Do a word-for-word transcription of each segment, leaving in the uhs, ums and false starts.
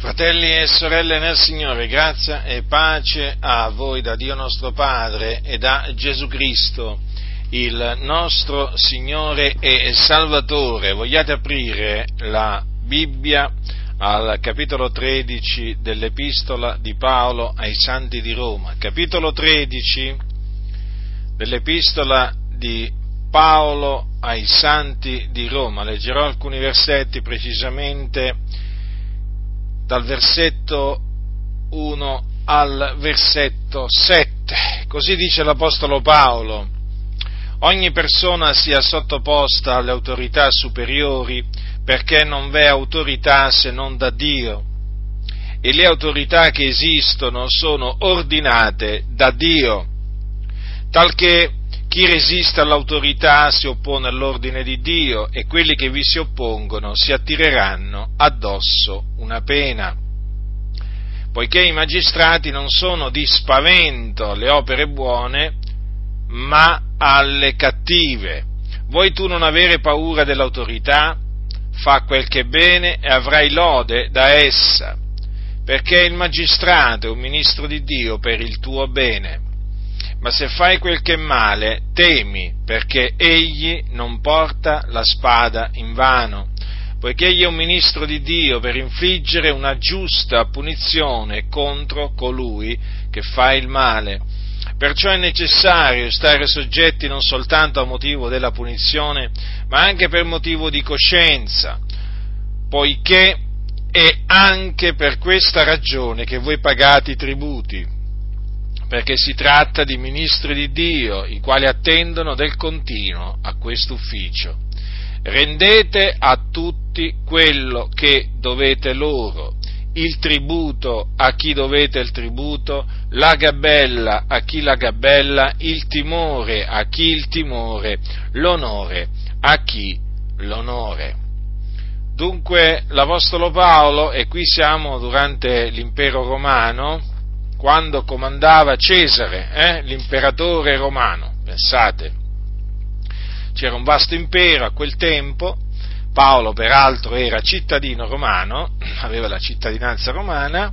Fratelli e sorelle nel Signore, grazia e pace a voi da Dio nostro Padre e da Gesù Cristo, il nostro Signore e Salvatore. Vogliate aprire la Bibbia al capitolo tredici dell'Epistola di Paolo ai Santi di Roma. Capitolo tredici dell'Epistola di Paolo ai Santi di Roma. Leggerò alcuni versetti, precisamente dal versetto uno al versetto sette. Così dice l'Apostolo Paolo: ogni persona sia sottoposta alle autorità superiori, perché non v'è autorità se non da Dio, e le autorità che esistono sono ordinate da Dio, talché chi resiste all'autorità si oppone all'ordine di Dio, e quelli che vi si oppongono si attireranno addosso una pena. Poiché i magistrati non sono di spavento alle opere buone, ma alle cattive. Vuoi tu non avere paura dell'autorità? Fa quel che è bene e avrai lode da essa, perché il magistrato è un ministro di Dio per il tuo bene. Ma se fai quel che è male, temi, perché egli non porta la spada invano, poiché egli è un ministro di Dio per infliggere una giusta punizione contro colui che fa il male. Perciò è necessario stare soggetti non soltanto a motivo della punizione, ma anche per motivo di coscienza, poiché è anche per questa ragione che voi pagate i tributi, perché si tratta di ministri di Dio, i quali attendono del continuo a questo ufficio. Rendete a tutti quello che dovete loro, il tributo a chi dovete il tributo, la gabella a chi la gabella, il timore a chi il timore, l'onore a chi l'onore. Dunque l'Apostolo Paolo, e qui siamo durante l'impero romano, quando comandava Cesare, eh, l'imperatore romano, pensate, c'era un vasto impero a quel tempo. Paolo peraltro era cittadino romano, aveva la cittadinanza romana,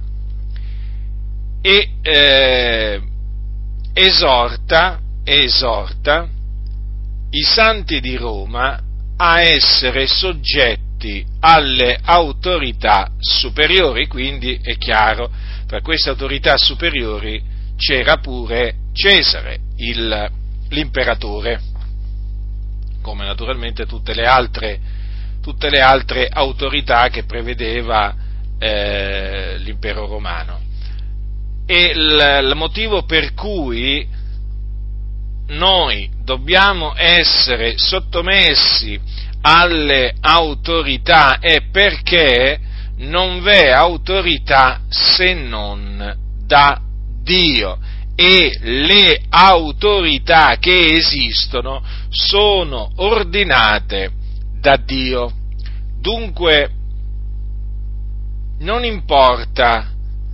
e eh, esorta, esorta i santi di Roma a essere soggetti alle autorità superiori. Quindi è chiaro, per queste autorità superiori c'era pure Cesare, il, l'imperatore, come naturalmente tutte le altre, tutte le altre autorità che prevedeva eh, l'impero romano. E il, il motivo per cui noi dobbiamo essere sottomessi alle autorità è perché non v'è autorità se non da Dio, e le autorità che esistono sono ordinate da Dio. Dunque non importa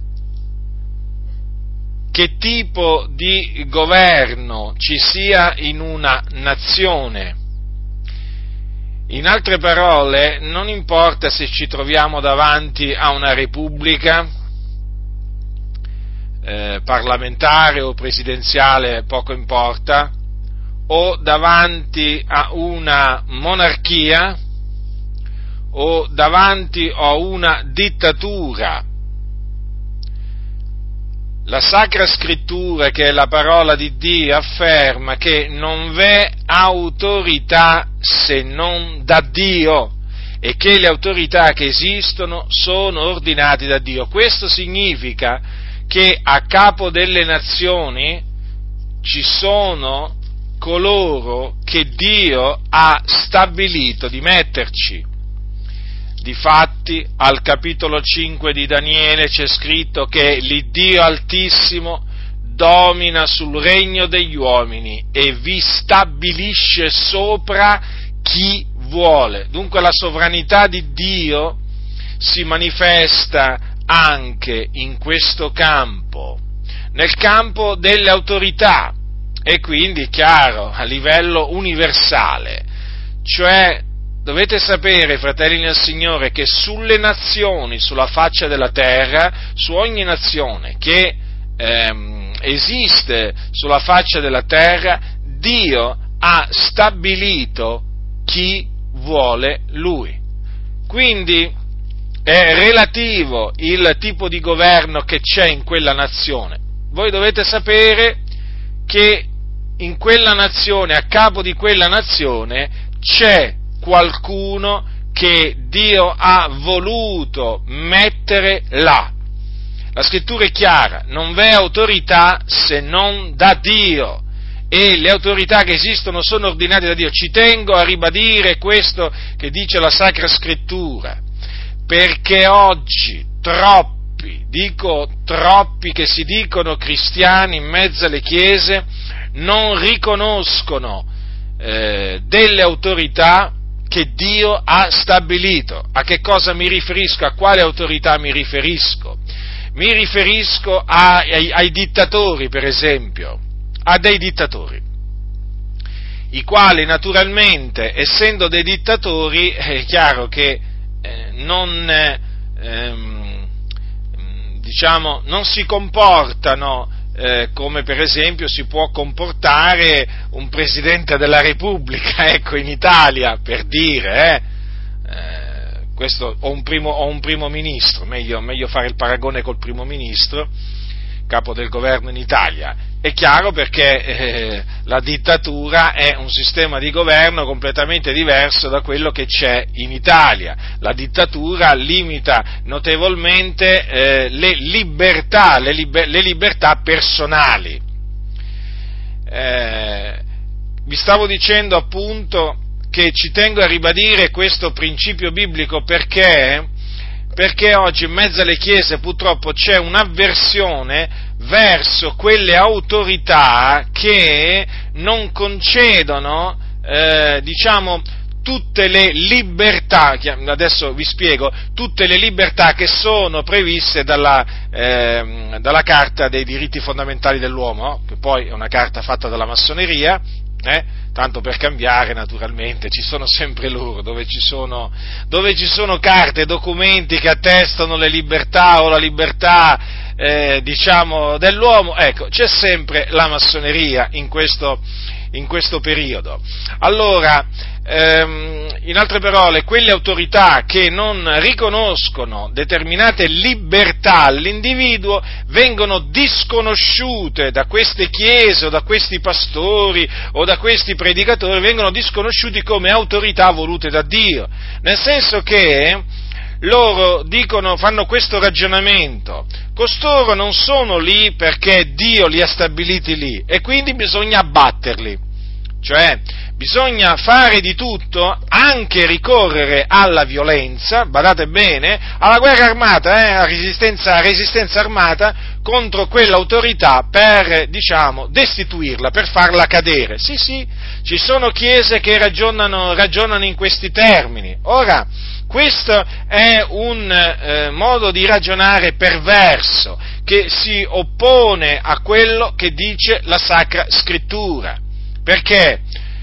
che tipo di governo ci sia in una nazione. In altre parole, non importa se ci troviamo davanti a una repubblica eh, parlamentare o presidenziale, poco importa, o davanti a una monarchia o davanti a una dittatura. La Sacra Scrittura, che è la parola di Dio, afferma che non v'è autorità se non da Dio, e che le autorità che esistono sono ordinate da Dio. Questo significa che a capo delle nazioni ci sono coloro che Dio ha stabilito di metterci. Difatti, al capitolo cinque di Daniele c'è scritto che l'Iddio Altissimo domina sul regno degli uomini e vi stabilisce sopra chi vuole. Dunque la sovranità di Dio si manifesta anche in questo campo, nel campo delle autorità, e quindi, chiaro, a livello universale, cioè dovete sapere, fratelli nel Signore, che sulle nazioni, sulla faccia della terra, su ogni nazione che ehm, esiste sulla faccia della terra, Dio ha stabilito chi vuole Lui. Quindi è relativo il tipo di governo che c'è in quella nazione. Voi dovete sapere che in quella nazione, a capo di quella nazione, c'è qualcuno che Dio ha voluto mettere là. La scrittura è chiara, non v'è autorità se non da Dio, e le autorità che esistono sono ordinate da Dio. Ci tengo a ribadire questo che dice la Sacra Scrittura, perché oggi troppi, dico troppi che si dicono cristiani in mezzo alle chiese, non riconoscono eh, delle autorità che Dio ha stabilito. A che cosa mi riferisco? A quale autorità mi riferisco? Mi riferisco a, ai, ai dittatori, per esempio, a dei dittatori, i quali naturalmente, essendo dei dittatori, è chiaro che eh, non, eh, ehm, diciamo, non si comportano eh, come per esempio si può comportare un Presidente della Repubblica, ecco, in Italia, per dire, eh, eh questo, o un primo, o un primo ministro, meglio, meglio fare il paragone col primo ministro, capo del governo in Italia. È chiaro, perché eh, la dittatura è un sistema di governo completamente diverso da quello che c'è in Italia. La dittatura limita notevolmente eh, le libertà, le, liber- le libertà personali. Eh, vi stavo dicendo appunto che ci tengo a ribadire questo principio biblico perché, perché oggi in mezzo alle chiese purtroppo c'è un'avversione verso quelle autorità che non concedono, eh, diciamo, tutte le libertà, adesso vi spiego, tutte le libertà che sono previste dalla, eh, dalla Carta dei diritti fondamentali dell'uomo, no? Che poi è una carta fatta dalla massoneria, eh? Tanto per cambiare, naturalmente, ci sono sempre loro, dove ci sono, dove ci sono carte, documenti che attestano le libertà o la libertà, eh, diciamo, dell'uomo, ecco, c'è sempre la massoneria in questo, in questo periodo. Allora, ehm, in altre parole, quelle autorità che non riconoscono determinate libertà all'individuo vengono disconosciute da queste chiese o da questi pastori o da questi predicatori, vengono disconosciuti come autorità volute da Dio, nel senso che loro dicono, fanno questo ragionamento: costoro non sono lì perché Dio li ha stabiliti lì e quindi bisogna abbatterli, cioè bisogna fare di tutto, anche ricorrere alla violenza, badate bene, alla guerra armata, eh, a resistenza, resistenza armata contro quell'autorità per, diciamo, destituirla, per farla cadere. Sì, sì, ci sono chiese che ragionano, ragionano in questi termini. Ora, questo è un eh, modo di ragionare perverso, che si oppone a quello che dice la Sacra Scrittura, perché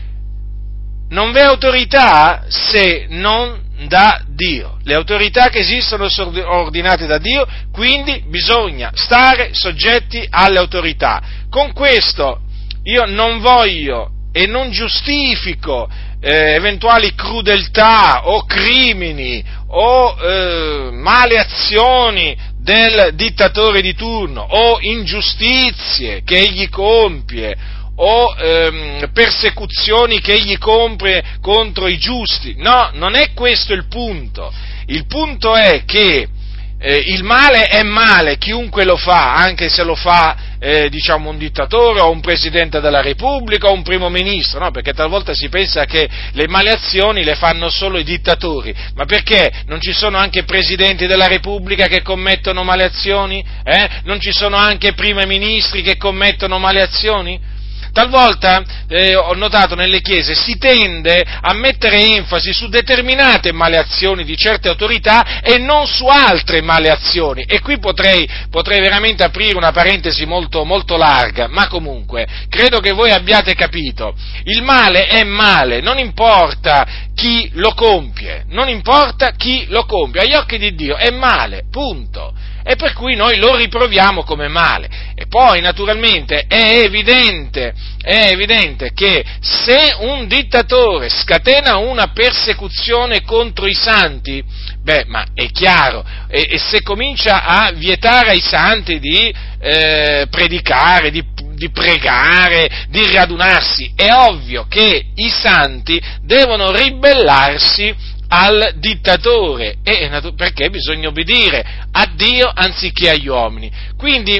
non v'è autorità se non da Dio. Le autorità che esistono sono ordinate da Dio, quindi bisogna stare soggetti alle autorità. Con questo io non voglio e non giustifico eh, eventuali crudeltà o crimini o eh, male azioni del dittatore di turno o ingiustizie che egli compie o ehm, persecuzioni che egli compie contro i giusti. No, non è questo il punto. Il punto è che eh, il male è male, chiunque lo fa, anche se lo fa eh, diciamo un dittatore o un Presidente della Repubblica o un Primo Ministro, no? Perché talvolta si pensa che le male azioni le fanno solo i dittatori, ma perché non ci sono anche Presidenti della Repubblica che commettono male azioni? Eh? Non ci sono anche Primi Ministri che commettono male azioni? Talvolta eh, ho notato nelle chiese si tende a mettere enfasi su determinate male azioni di certe autorità e non su altre male azioni, e qui potrei, potrei veramente aprire una parentesi molto, molto larga, ma comunque credo che voi abbiate capito, il male è male, non importa chi lo compie, non importa chi lo compie, agli occhi di Dio è male, punto. E per cui noi lo riproviamo come male. E poi naturalmente è evidente, è evidente che se un dittatore scatena una persecuzione contro i santi, beh, ma è chiaro, e, e se comincia a vietare ai santi di eh, predicare, di di pregare, di radunarsi, è ovvio che i santi devono ribellarsi al dittatore, e, perché bisogna obbedire a Dio anziché agli uomini. Quindi,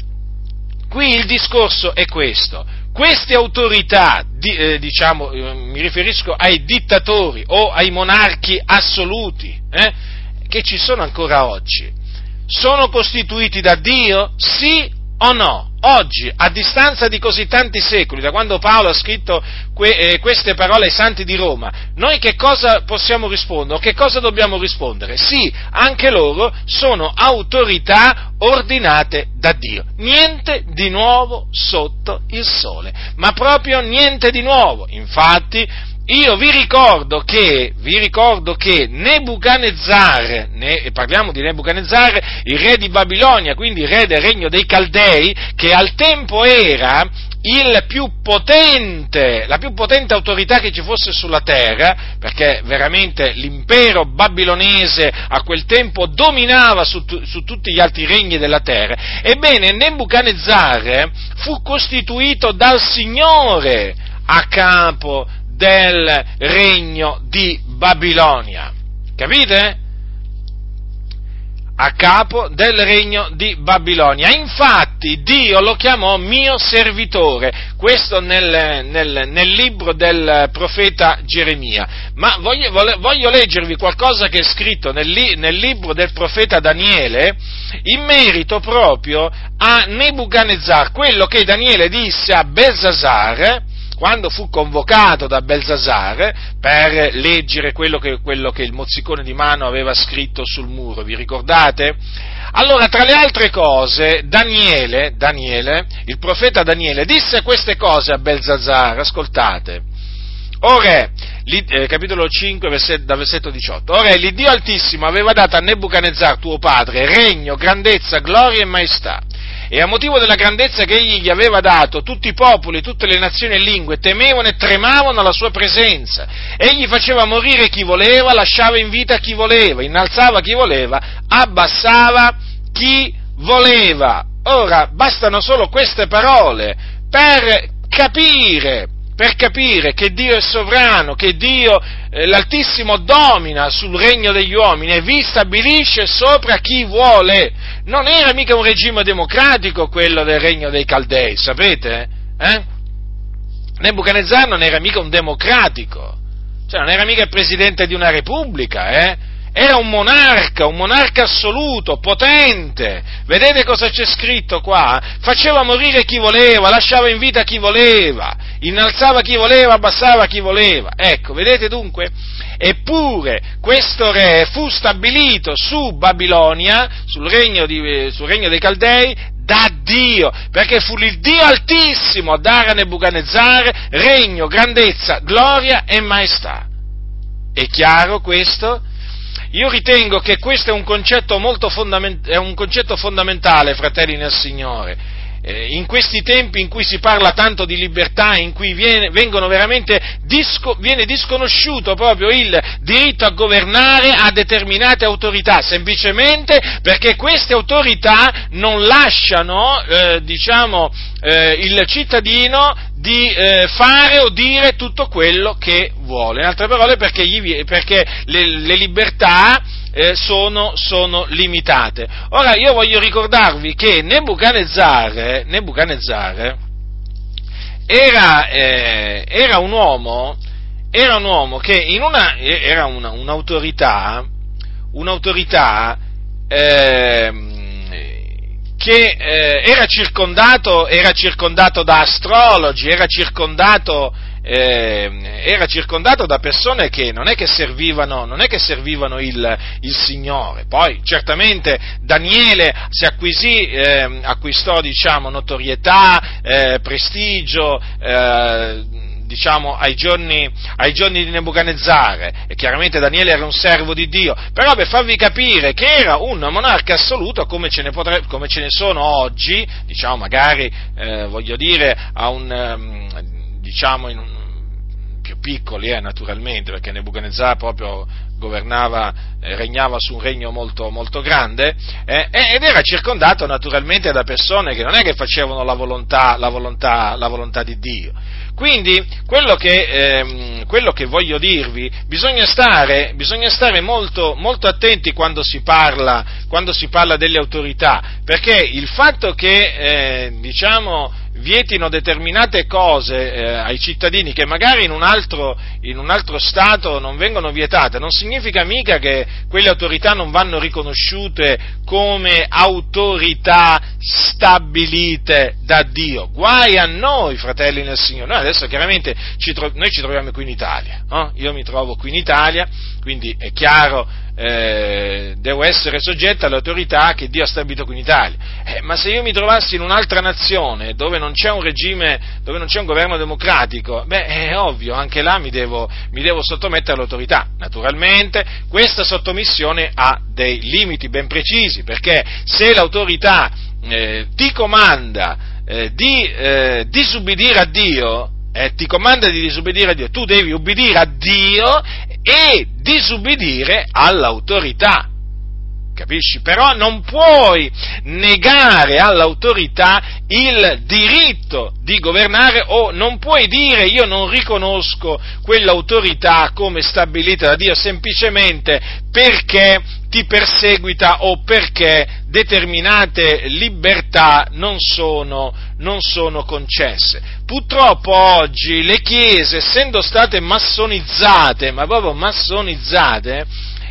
qui il discorso è questo: queste autorità, di, eh, diciamo, eh, mi riferisco ai dittatori o ai monarchi assoluti, eh, che ci sono ancora oggi, sono costituiti da Dio, sì o no? Oggi, a distanza di così tanti secoli, da quando Paolo ha scritto que, eh, queste parole ai santi di Roma, noi che cosa possiamo rispondere? Che cosa dobbiamo rispondere? Sì, anche loro sono autorità ordinate da Dio. Niente di nuovo sotto il sole, ma proprio niente di nuovo. Infatti, io vi ricordo che, vi ricordo che Nebuchadnezzar, ne, parliamo di Nebuchadnezzar, il re di Babilonia, quindi il re del regno dei Caldei, che al tempo era il più potente, la più potente autorità che ci fosse sulla terra, perché veramente l'impero babilonese a quel tempo dominava su, su tutti gli altri regni della terra. Ebbene, Nebuchadnezzar fu costituito dal Signore a capo del regno di Babilonia, capite? A capo del regno di Babilonia. Infatti Dio lo chiamò mio servitore, questo nel, nel, nel libro del profeta Geremia. Ma voglio, voglio leggervi qualcosa che è scritto nel, nel libro del profeta Daniele in merito proprio a Nebuchadnezzar, quello che Daniele disse a Belzasar quando fu convocato da Belzasar per leggere quello che, quello che il mozzicone di mano aveva scritto sul muro, vi ricordate? Allora, tra le altre cose, Daniele, Daniele, il profeta Daniele, disse queste cose a Belzasar, ascoltate. O re, eh, capitolo cinque, verset, da versetto diciotto, o re, l'Iddio Altissimo aveva dato a Nebuchadnezzar tuo padre regno, grandezza, gloria e maestà. E a motivo della grandezza che egli gli aveva dato, tutti i popoli, tutte le nazioni e lingue temevano e tremavano alla sua presenza. Egli faceva morire chi voleva, lasciava in vita chi voleva, innalzava chi voleva, abbassava chi voleva. Ora, bastano solo queste parole per capire, per capire che Dio è sovrano, che Dio, eh, l'Altissimo, domina sul regno degli uomini e vi stabilisce sopra chi vuole. Non era mica un regime democratico quello del regno dei Caldei, sapete? Eh? Nebuchadnezzar non era mica un democratico, cioè non era mica il presidente di una repubblica, eh? Era un monarca, un monarca assoluto, potente. Vedete cosa c'è scritto qua? Faceva morire chi voleva, lasciava in vita chi voleva, innalzava chi voleva, abbassava chi voleva. Ecco, vedete dunque? Eppure questo re fu stabilito su Babilonia, sul regno, di, sul regno dei Caldei, da Dio, perché fu il Dio Altissimo a dare a Nebuchadnezzar regno, grandezza, gloria e maestà. È chiaro questo? Io ritengo che questo è un concetto molto fondament- è un concetto fondamentale, fratelli nel Signore. Eh, in questi tempi in cui si parla tanto di libertà, in cui viene, vengono veramente disco, viene disconosciuto proprio il diritto a governare a determinate autorità, semplicemente perché queste autorità non lasciano, eh, diciamo, eh, il cittadino di eh, fare o dire tutto quello che vuole. In altre parole, perché, gli, perché le, le libertà eh, sono, sono limitate. Ora, io voglio ricordarvi che Nebuchadnezzar, Nebuchadnezzar era, eh, era un uomo, era un uomo che in una, era una, un'autorità, un'autorità eh, che eh, era circondato, era circondato da astrologi, era circondato, eh, era circondato da persone che non è che servivano, non è che servivano il, il Signore. Poi certamente Daniele si acquisì, eh, acquistò diciamo notorietà, eh, prestigio, eh, diciamo ai giorni, ai giorni di Nebuchadnezzar, e chiaramente Daniele era un servo di Dio, però per farvi capire che era un monarca assoluto come ce ne, potrebbe, come ce ne sono oggi, diciamo magari, eh, voglio dire, a un, um, diciamo in un, più piccoli, eh, naturalmente, perché Nebuchadnezzar proprio governava, eh, regnava su un regno molto, molto grande, eh, ed era circondato naturalmente da persone che non è che facevano la volontà, la volontà, la volontà di Dio. Quindi, quello che, ehm, quello che voglio dirvi, bisogna stare, bisogna stare molto, molto attenti quando si parla, quando si parla delle autorità, perché il fatto che, eh, diciamo, vietino determinate cose eh, ai cittadini che magari in un altro, in un altro Stato non vengono vietate, non significa mica che quelle autorità non vanno riconosciute come autorità stabilite da Dio. Guai a noi, fratelli nel Signore. Noi adesso chiaramente ci tro- noi ci troviamo qui in Italia, no? Io mi trovo qui in Italia, quindi è chiaro, eh, devo essere soggetto alle autorità che Dio ha stabilito qui in Italia. Eh, ma se io mi trovassi in un'altra nazione dove non c'è un regime, dove non c'è un governo democratico, beh, è ovvio, anche là mi devo, mi devo sottomettere all'autorità. Naturalmente questa sottomissione ha dei limiti ben precisi, perché se l'autorità eh, ti comanda eh, di eh, disubbidire a Dio, eh, ti comanda di disubbidire a Dio, tu devi ubbidire a Dio e disubbidire all'autorità. Capisci? Però non puoi negare all'autorità il diritto di governare, o non puoi dire io non riconosco quell'autorità come stabilita da Dio semplicemente perché ti perseguita o perché determinate libertà non sono, non sono concesse. Purtroppo oggi le chiese, essendo state massonizzate, ma proprio massonizzate,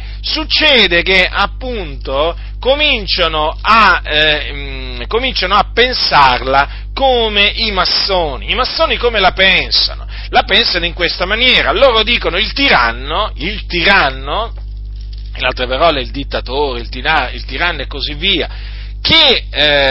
succede che appunto cominciano a, eh, mh, cominciano a pensarla come i massoni. I massoni come la pensano? La pensano in questa maniera. Loro dicono il tiranno, il tiranno, in altre parole il dittatore, il, tina, il tiranno e così via, che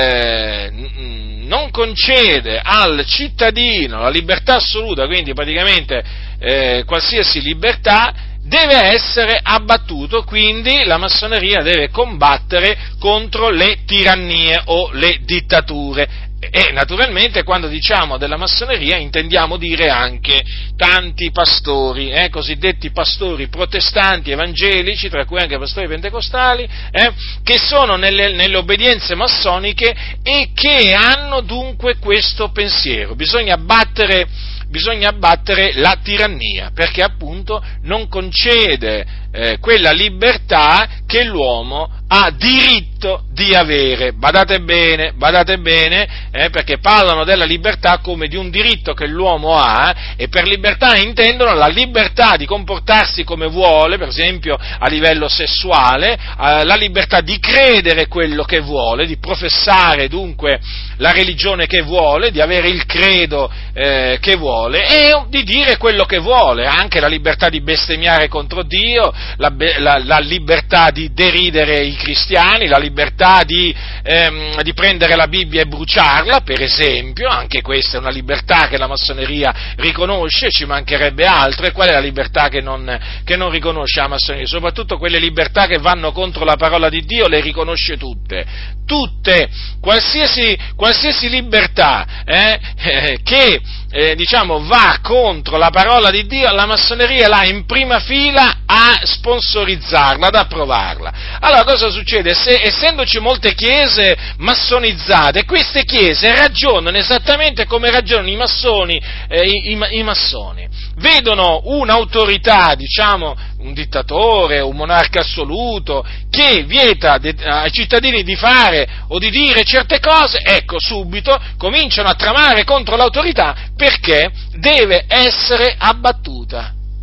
eh, non concede al cittadino la libertà assoluta, quindi praticamente eh, qualsiasi libertà, deve essere abbattuto, quindi la massoneria deve combattere contro le tirannie o le dittature. E naturalmente quando diciamo della massoneria intendiamo dire anche tanti pastori, eh, cosiddetti pastori protestanti, evangelici, tra cui anche pastori pentecostali, eh, che sono nelle, nelle obbedienze massoniche e che hanno dunque questo pensiero: bisogna abbattere, bisogna abbattere la tirannia, perché appunto non concede eh, quella libertà che l'uomo ha diritto di avere. Badate bene, badate bene, eh, perché parlano della libertà come di un diritto che l'uomo ha, e per libertà intendono la libertà di comportarsi come vuole, per esempio a livello sessuale, eh, la libertà di credere quello che vuole, di professare dunque la religione che vuole, di avere il credo eh, che vuole e di dire quello che vuole, anche la libertà di bestemmiare contro Dio, la, la, la libertà di deridere i cristiani, la libertà di, ehm, di prendere la Bibbia e bruciarla, per esempio. Anche questa è una libertà che la massoneria riconosce, ci mancherebbe altro. E qual è la libertà che non, che non riconosce la massoneria? Soprattutto quelle libertà che vanno contro la parola di Dio le riconosce tutte, tutte, qualsiasi, qualsiasi libertà eh, eh, che eh, diciamo va contro la parola di Dio, la massoneria là in prima fila a sponsorizzarla, ad approvarla. Allora cosa succede? Se, essendoci molte chiese massonizzate, queste chiese ragionano esattamente come ragionano i massoni, eh, i, i, i massoni. Vedono un'autorità, diciamo, un dittatore, un monarca assoluto, che vieta de- ai cittadini di fare o di dire certe cose, ecco, subito cominciano a tramare contro l'autorità perché deve essere abbattuta.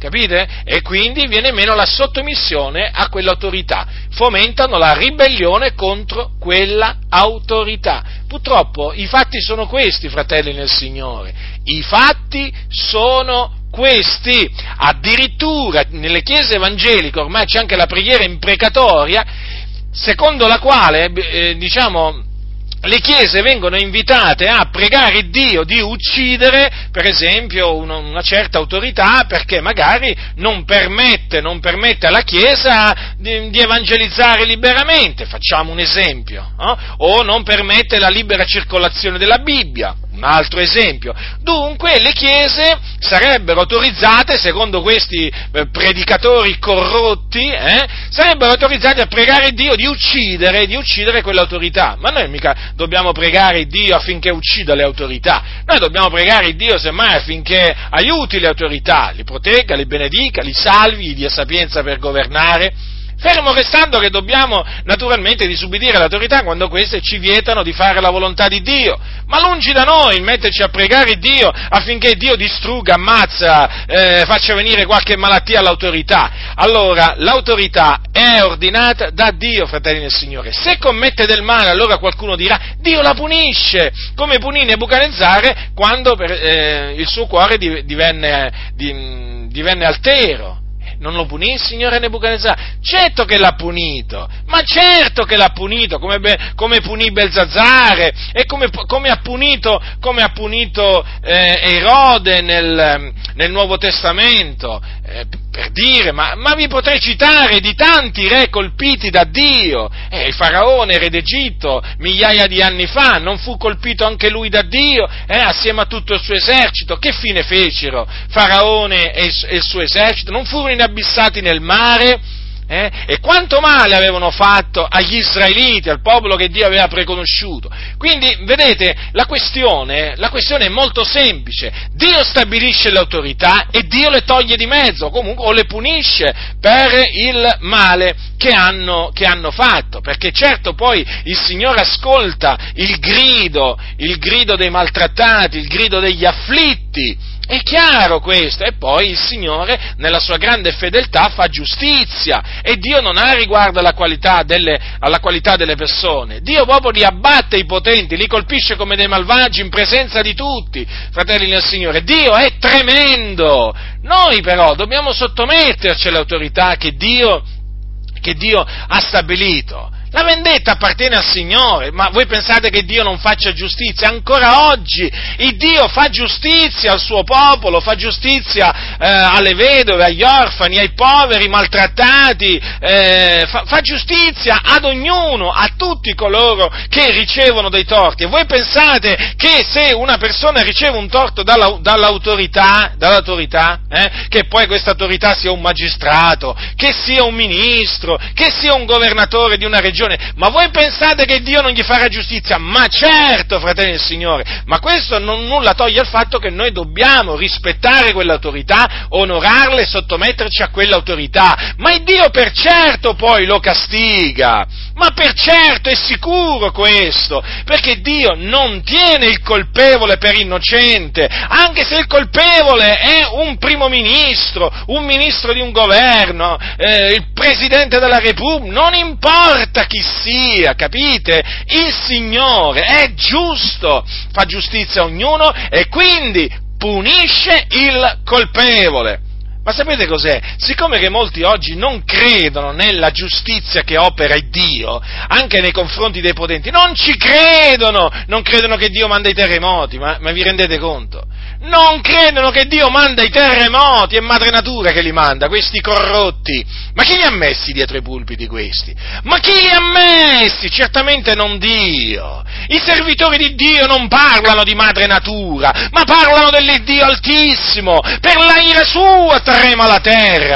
capite? E quindi viene meno la sottomissione a quell'autorità, fomentano la ribellione contro quella autorità. Purtroppo i fatti sono questi, fratelli nel Signore, i fatti sono questi. Addirittura nelle chiese evangeliche ormai c'è anche la preghiera imprecatoria, secondo la quale, eh, diciamo, le chiese vengono invitate a pregare Dio di uccidere, per esempio, una certa autorità perché magari non permette, non permette alla Chiesa di, di evangelizzare liberamente, facciamo un esempio, no? O non permette la libera circolazione della Bibbia, un altro esempio. Dunque le chiese sarebbero autorizzate, secondo questi predicatori corrotti, eh, sarebbero autorizzati a pregare Dio di uccidere, di uccidere quell'autorità. Ma noi mica dobbiamo pregare Dio affinché uccida le autorità, noi dobbiamo pregare Dio semmai affinché aiuti le autorità, li protegga, li benedica, li salvi, gli dia sapienza per governare, fermo restando che dobbiamo naturalmente disubbidire l'autorità quando queste ci vietano di fare la volontà di Dio, ma lungi da noi metterci a pregare Dio affinché Dio distrugga, ammazza, eh, faccia venire qualche malattia all'autorità. Allora, l'autorità è ordinata da Dio, fratelli del Signore. Se commette del male, allora qualcuno dirà, Dio la punisce, come punì Nebuchadnezzare quando per, eh, il suo cuore divenne, divenne altero. Non lo punì il Signore Nebuchadnezzare? Certo che l'ha punito, ma certo che l'ha punito, come, come punì Belzazzare e come, come ha punito, come ha punito eh, Erode nel, nel Nuovo Testamento, eh, per dire, ma, ma vi potrei citare di tanti re colpiti da Dio, eh, il Faraone, re d'Egitto, migliaia di anni fa, non fu colpito anche lui da Dio, eh, assieme a tutto il suo esercito? Che fine fecero Faraone e il, e il suo esercito? Non furono inabissati nel mare? Eh? E quanto male avevano fatto agli israeliti, al popolo che Dio aveva preconosciuto. Quindi, vedete, la questione, la questione è molto semplice. Dio stabilisce le autorità e Dio le toglie di mezzo, comunque, o le punisce per il male che hanno, che hanno fatto. Perché certo poi il Signore ascolta il grido, il grido dei maltrattati, il grido degli afflitti. È chiaro questo, e poi il Signore nella sua grande fedeltà fa giustizia, e Dio non ha riguardo alla qualità delle, alla qualità delle persone. Dio proprio li abbatte i potenti, li colpisce come dei malvagi in presenza di tutti, fratelli del Signore. Dio è tremendo. Noi però dobbiamo sottometterci alle autorità che Dio, che Dio ha stabilito. La vendetta appartiene al Signore, ma voi pensate che Dio non faccia giustizia? Ancora oggi il Dio fa giustizia al suo popolo, fa giustizia eh, alle vedove, agli orfani, ai poveri, maltrattati, eh, fa, fa giustizia ad ognuno, a tutti coloro che ricevono dei torti. E voi pensate che se una persona riceve un torto dalla, dall'autorità, dall'autorità eh, che poi questa autorità sia un magistrato, che sia un ministro, che sia un governatore di una regione, ma voi pensate che Dio non gli farà giustizia? Ma certo, fratelli del Signore, ma questo non nulla toglie al fatto che noi dobbiamo rispettare quell'autorità, onorarla e sottometterci a quell'autorità, ma il Dio per certo poi lo castiga, ma per certo, è sicuro questo, perché Dio non tiene il colpevole per innocente, anche se il colpevole è un primo ministro, un ministro di un governo, eh, il Presidente della Repubblica, non importa chi sia, capite? Il Signore è giusto, fa giustizia a ognuno e quindi punisce il colpevole. Ma sapete cos'è? Siccome che molti oggi non credono nella giustizia che opera Dio, anche nei confronti dei potenti, non ci credono, non credono che Dio manda i terremoti, ma, ma vi rendete conto? Non credono che Dio manda i terremoti, è madre natura che li manda, questi corrotti. Ma chi li ha messi dietro i pulpiti questi? Ma chi li ha messi? Certamente non Dio. I servitori di Dio non parlano di madre natura, ma parlano dell'Iddio Altissimo. Per la ira sua trema la terra.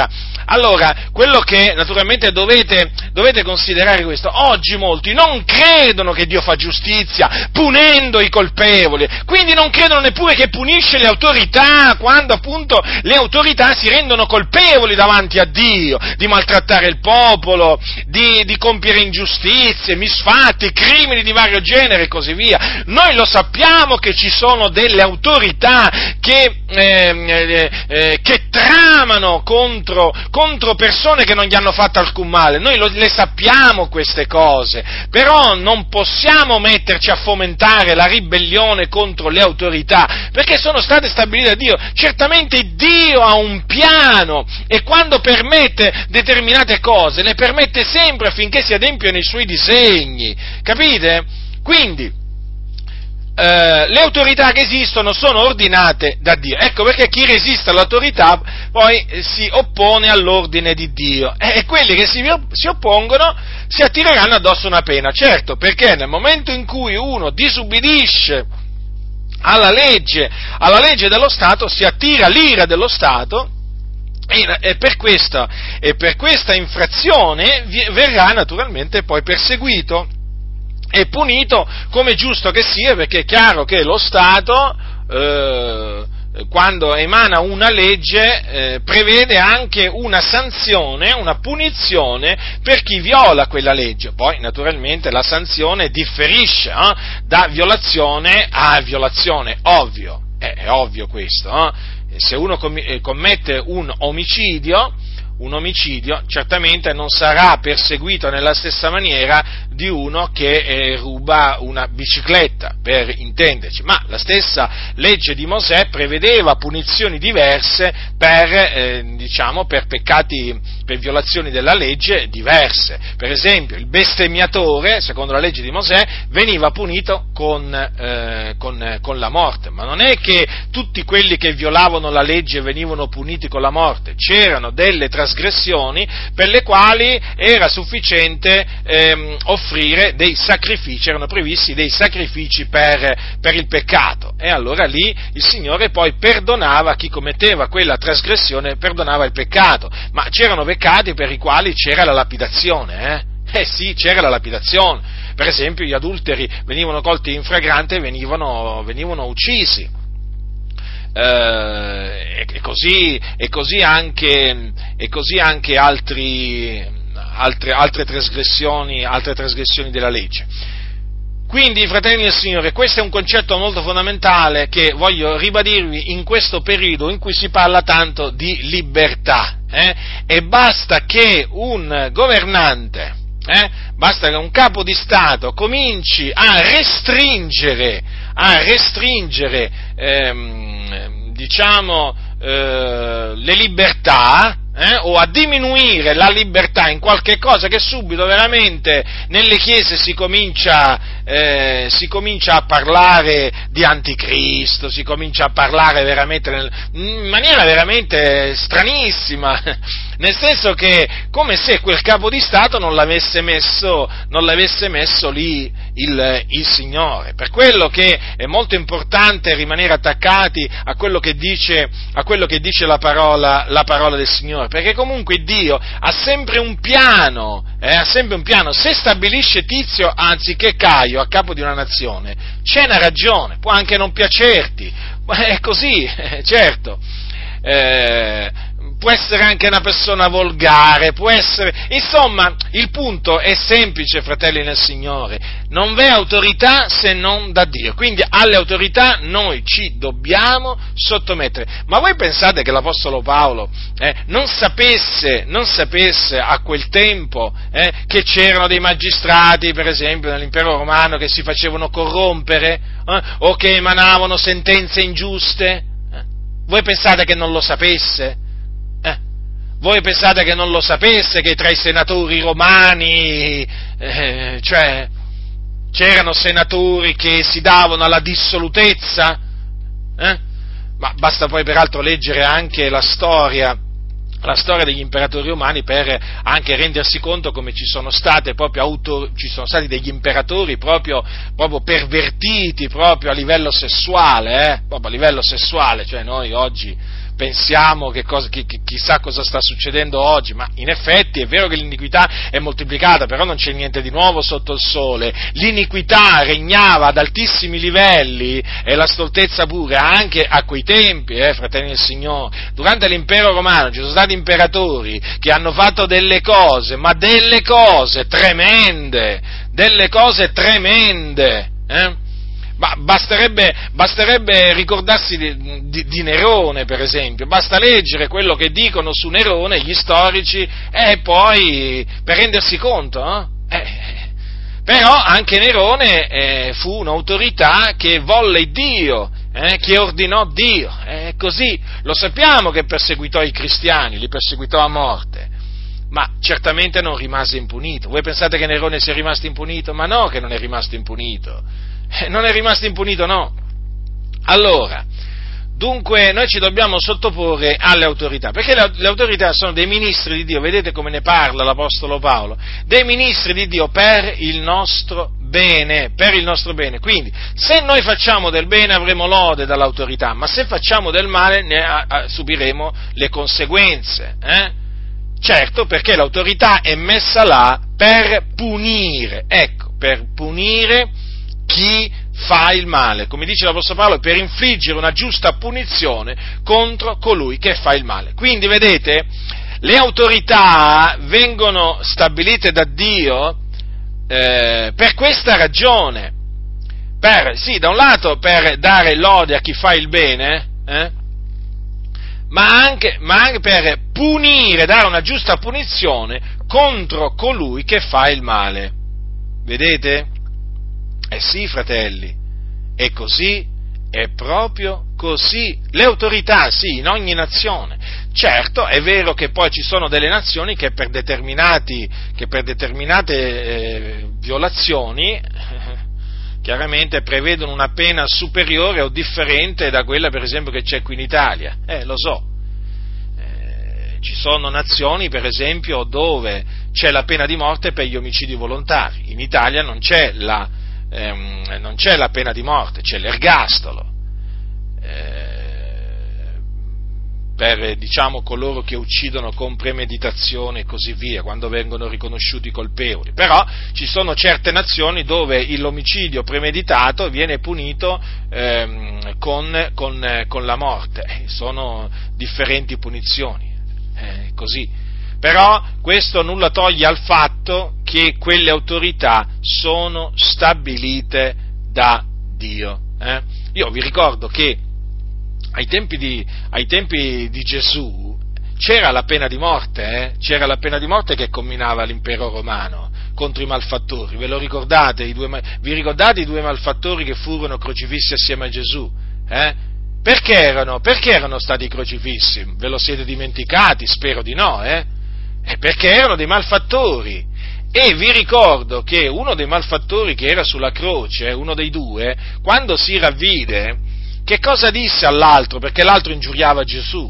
Allora, quello che naturalmente dovete, dovete considerare questo, oggi molti non credono che Dio fa giustizia punendo i colpevoli, quindi non credono neppure che punisce le autorità, quando appunto le autorità si rendono colpevoli davanti a Dio, di maltrattare il popolo, di, di compiere ingiustizie, misfatti, crimini di vario genere e così via. Noi lo sappiamo che ci sono delle autorità che, eh, eh, che tramano contro, contro persone che non gli hanno fatto alcun male, noi lo, le sappiamo queste cose, però non possiamo metterci a fomentare la ribellione contro le autorità, perché sono state stabilite da Dio. Certamente Dio ha un piano e quando permette determinate cose, le permette sempre affinché si adempiano i suoi disegni, capite? Quindi, Uh, le autorità che esistono sono ordinate da Dio. Ecco perché chi resiste all'autorità poi eh, si oppone all'ordine di Dio e, e quelli che si, si oppongono si attireranno addosso una pena. Certo, perché nel momento in cui uno disubbidisce alla legge, alla legge dello Stato, si attira l'ira dello Stato e, e, per questa, e per questa infrazione verrà naturalmente poi perseguito e punito come giusto che sia, perché è chiaro che lo Stato, eh, quando emana una legge, eh, prevede anche una sanzione, una punizione per chi viola quella legge. Poi, naturalmente, la sanzione differisce eh, da violazione a violazione, ovvio, è, è ovvio questo. Eh? Se uno commette un omicidio, un omicidio certamente non sarà perseguito nella stessa maniera di uno che eh, ruba una bicicletta, per intenderci, ma la stessa legge di Mosè prevedeva punizioni diverse per, eh, diciamo, per peccati, per violazioni della legge diverse. Per esempio, il bestemmiatore, secondo la legge di Mosè, veniva punito con, eh, con, con la morte, ma non è che tutti quelli che violavano la legge venivano puniti con la morte, c'erano delle trasgressioni per le quali era sufficiente ehm, offrire dei sacrifici, erano previsti dei sacrifici per, per il peccato, e allora lì il Signore poi perdonava chi commetteva quella trasgressione, perdonava il peccato, ma c'erano peccati per i quali c'era la lapidazione, eh? Eh sì, c'era la lapidazione, per esempio gli adulteri venivano colti in flagrante e venivano, venivano uccisi. Uh, e, così, e così anche, e così anche altri, altre, altre trasgressioni, altre trasgressioni della legge. Quindi, fratelli del Signore, questo è un concetto molto fondamentale che voglio ribadirvi in questo periodo in cui si parla tanto di libertà, eh? E basta che un governante, eh? basta che un capo di Stato cominci a restringere, a restringere, ehm, diciamo, eh, le libertà, eh, o a diminuire la libertà in qualche cosa, che subito veramente nelle chiese si comincia, eh, si comincia a parlare di anticristo, si comincia a parlare veramente nel, in maniera veramente stranissima, nel senso che come se quel capo di Stato non l'avesse messo, non l'avesse messo lì il, il Signore. Per quello che è molto importante rimanere attaccati a quello che dice, a quello che dice la parola, la parola del Signore, perché comunque Dio ha sempre un piano, eh, ha sempre un piano. Se stabilisce Tizio anziché Caio a capo di una nazione, c'è una ragione, può anche non piacerti, ma è così, certo. Eh, può essere anche una persona volgare, può essere, insomma, il punto è semplice, fratelli nel Signore, non v'è autorità se non da Dio, quindi alle autorità noi ci dobbiamo sottomettere. Ma voi pensate che l'Apostolo Paolo eh, non sapesse, non sapesse a quel tempo eh, che c'erano dei magistrati, per esempio, nell'impero romano, che si facevano corrompere eh, o che emanavano sentenze ingiuste? Eh? Voi pensate che non lo sapesse? Voi pensate che non lo sapesse, che tra i senatori romani, eh, cioè, c'erano senatori che si davano alla dissolutezza? Eh? Ma basta poi peraltro leggere anche la storia, la storia degli imperatori romani per anche rendersi conto come ci sono state proprio auto, ci sono stati degli imperatori proprio, proprio pervertiti proprio a livello sessuale, eh? proprio a livello sessuale, cioè noi oggi pensiamo che cosa, chi, chi, chissà cosa sta succedendo oggi, ma in effetti è vero che l'iniquità è moltiplicata, però non c'è niente di nuovo sotto il sole. L'iniquità regnava ad altissimi livelli e la stoltezza pure anche a quei tempi, eh, fratelli del Signore. Durante l'impero romano ci sono stati imperatori che hanno fatto delle cose, ma delle cose tremende, delle cose tremende, eh? Ma basterebbe, basterebbe ricordarsi di, di, di Nerone, per esempio, basta leggere quello che dicono su Nerone gli storici e poi per rendersi conto, no? Eh, però anche Nerone eh, fu un'autorità che volle Dio, eh, che ordinò Dio, è eh, così, lo sappiamo che perseguitò i cristiani, li perseguitò a morte, ma certamente non rimase impunito. Voi pensate che Nerone sia rimasto impunito? Ma no, che non è rimasto impunito. Non è rimasto impunito, no. Allora, dunque noi ci dobbiamo sottoporre alle autorità, perché le, le autorità sono dei ministri di Dio, vedete come ne parla l'Apostolo Paolo, dei ministri di Dio per il nostro bene, per il nostro bene. Quindi, se noi facciamo del bene avremo lode dall'autorità, ma se facciamo del male ne a, a, subiremo le conseguenze, eh? Certo, perché l'autorità è messa là per punire, ecco, per punire chi fa il male, come dice l'Apostolo Paolo, per infliggere una giusta punizione contro colui che fa il male. Quindi, vedete, le autorità vengono stabilite da Dio eh, per questa ragione, per, sì, da un lato per dare lode a chi fa il bene, eh, ma anche, ma anche per punire, dare una giusta punizione contro colui che fa il male. Vedete? Eh sì, fratelli, è così, è proprio così. Le autorità, sì, in ogni nazione. Certo, è vero che poi ci sono delle nazioni che per determinati, che per determinate eh, violazioni, chiaramente prevedono una pena superiore o differente da quella, per esempio, che c'è qui in Italia. Eh, lo so. Eh, ci sono nazioni, per esempio, dove c'è la pena di morte per gli omicidi volontari. In Italia non c'è la Ehm, non c'è la pena di morte, c'è l'ergastolo eh, per, diciamo, coloro che uccidono con premeditazione e così via, quando vengono riconosciuti colpevoli. Però ci sono certe nazioni dove l'omicidio premeditato viene punito ehm, con, con, con la morte, sono differenti punizioni, eh, così. Però questo nulla toglie al fatto che quelle autorità sono stabilite da Dio. Eh? Io vi ricordo che ai tempi di, ai tempi di Gesù c'era la pena di morte, eh? c'era la pena di morte che comminava l'impero romano contro i malfattori. Ve lo ricordate? I due, vi ricordate i due malfattori che furono crocifissi assieme a Gesù? Eh? Perché erano, perché erano stati crocifissi? Ve lo siete dimenticati? Spero di no, eh? È perché erano dei malfattori, e vi ricordo che uno dei malfattori che era sulla croce, uno dei due, quando si ravvide, che cosa disse all'altro? Perché l'altro ingiuriava Gesù.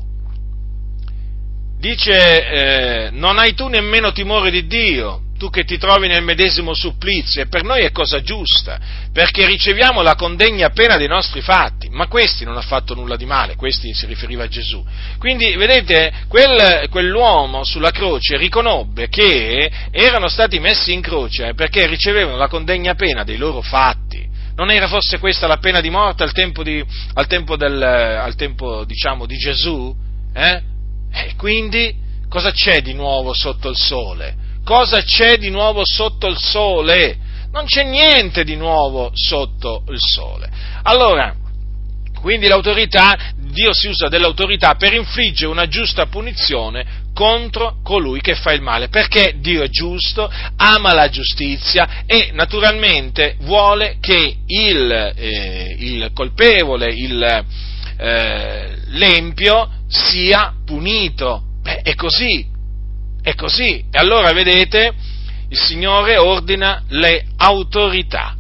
Dice, eh, non hai tu nemmeno timore di Dio, tu che ti trovi nel medesimo supplizio, e per noi è cosa giusta, perché riceviamo la condegna pena dei nostri fatti, ma questi non ha fatto nulla di male, questi si riferiva a Gesù. Quindi, vedete, quel, quell'uomo sulla croce riconobbe che erano stati messi in croce perché ricevevano la condegna pena dei loro fatti. Non era forse questa la pena di morte al tempo, di, al tempo, del, al tempo diciamo, di Gesù? Eh? E quindi, cosa c'è di nuovo sotto il sole? Cosa c'è di nuovo sotto il sole? Non c'è niente di nuovo sotto il sole. Allora, quindi l'autorità, Dio si usa dell'autorità per infliggere una giusta punizione contro colui che fa il male, perché Dio è giusto, ama la giustizia e naturalmente vuole che il, eh, il colpevole, il, eh, l'empio sia punito. Beh, è così. È così, e allora vedete, il Signore ordina le autorità.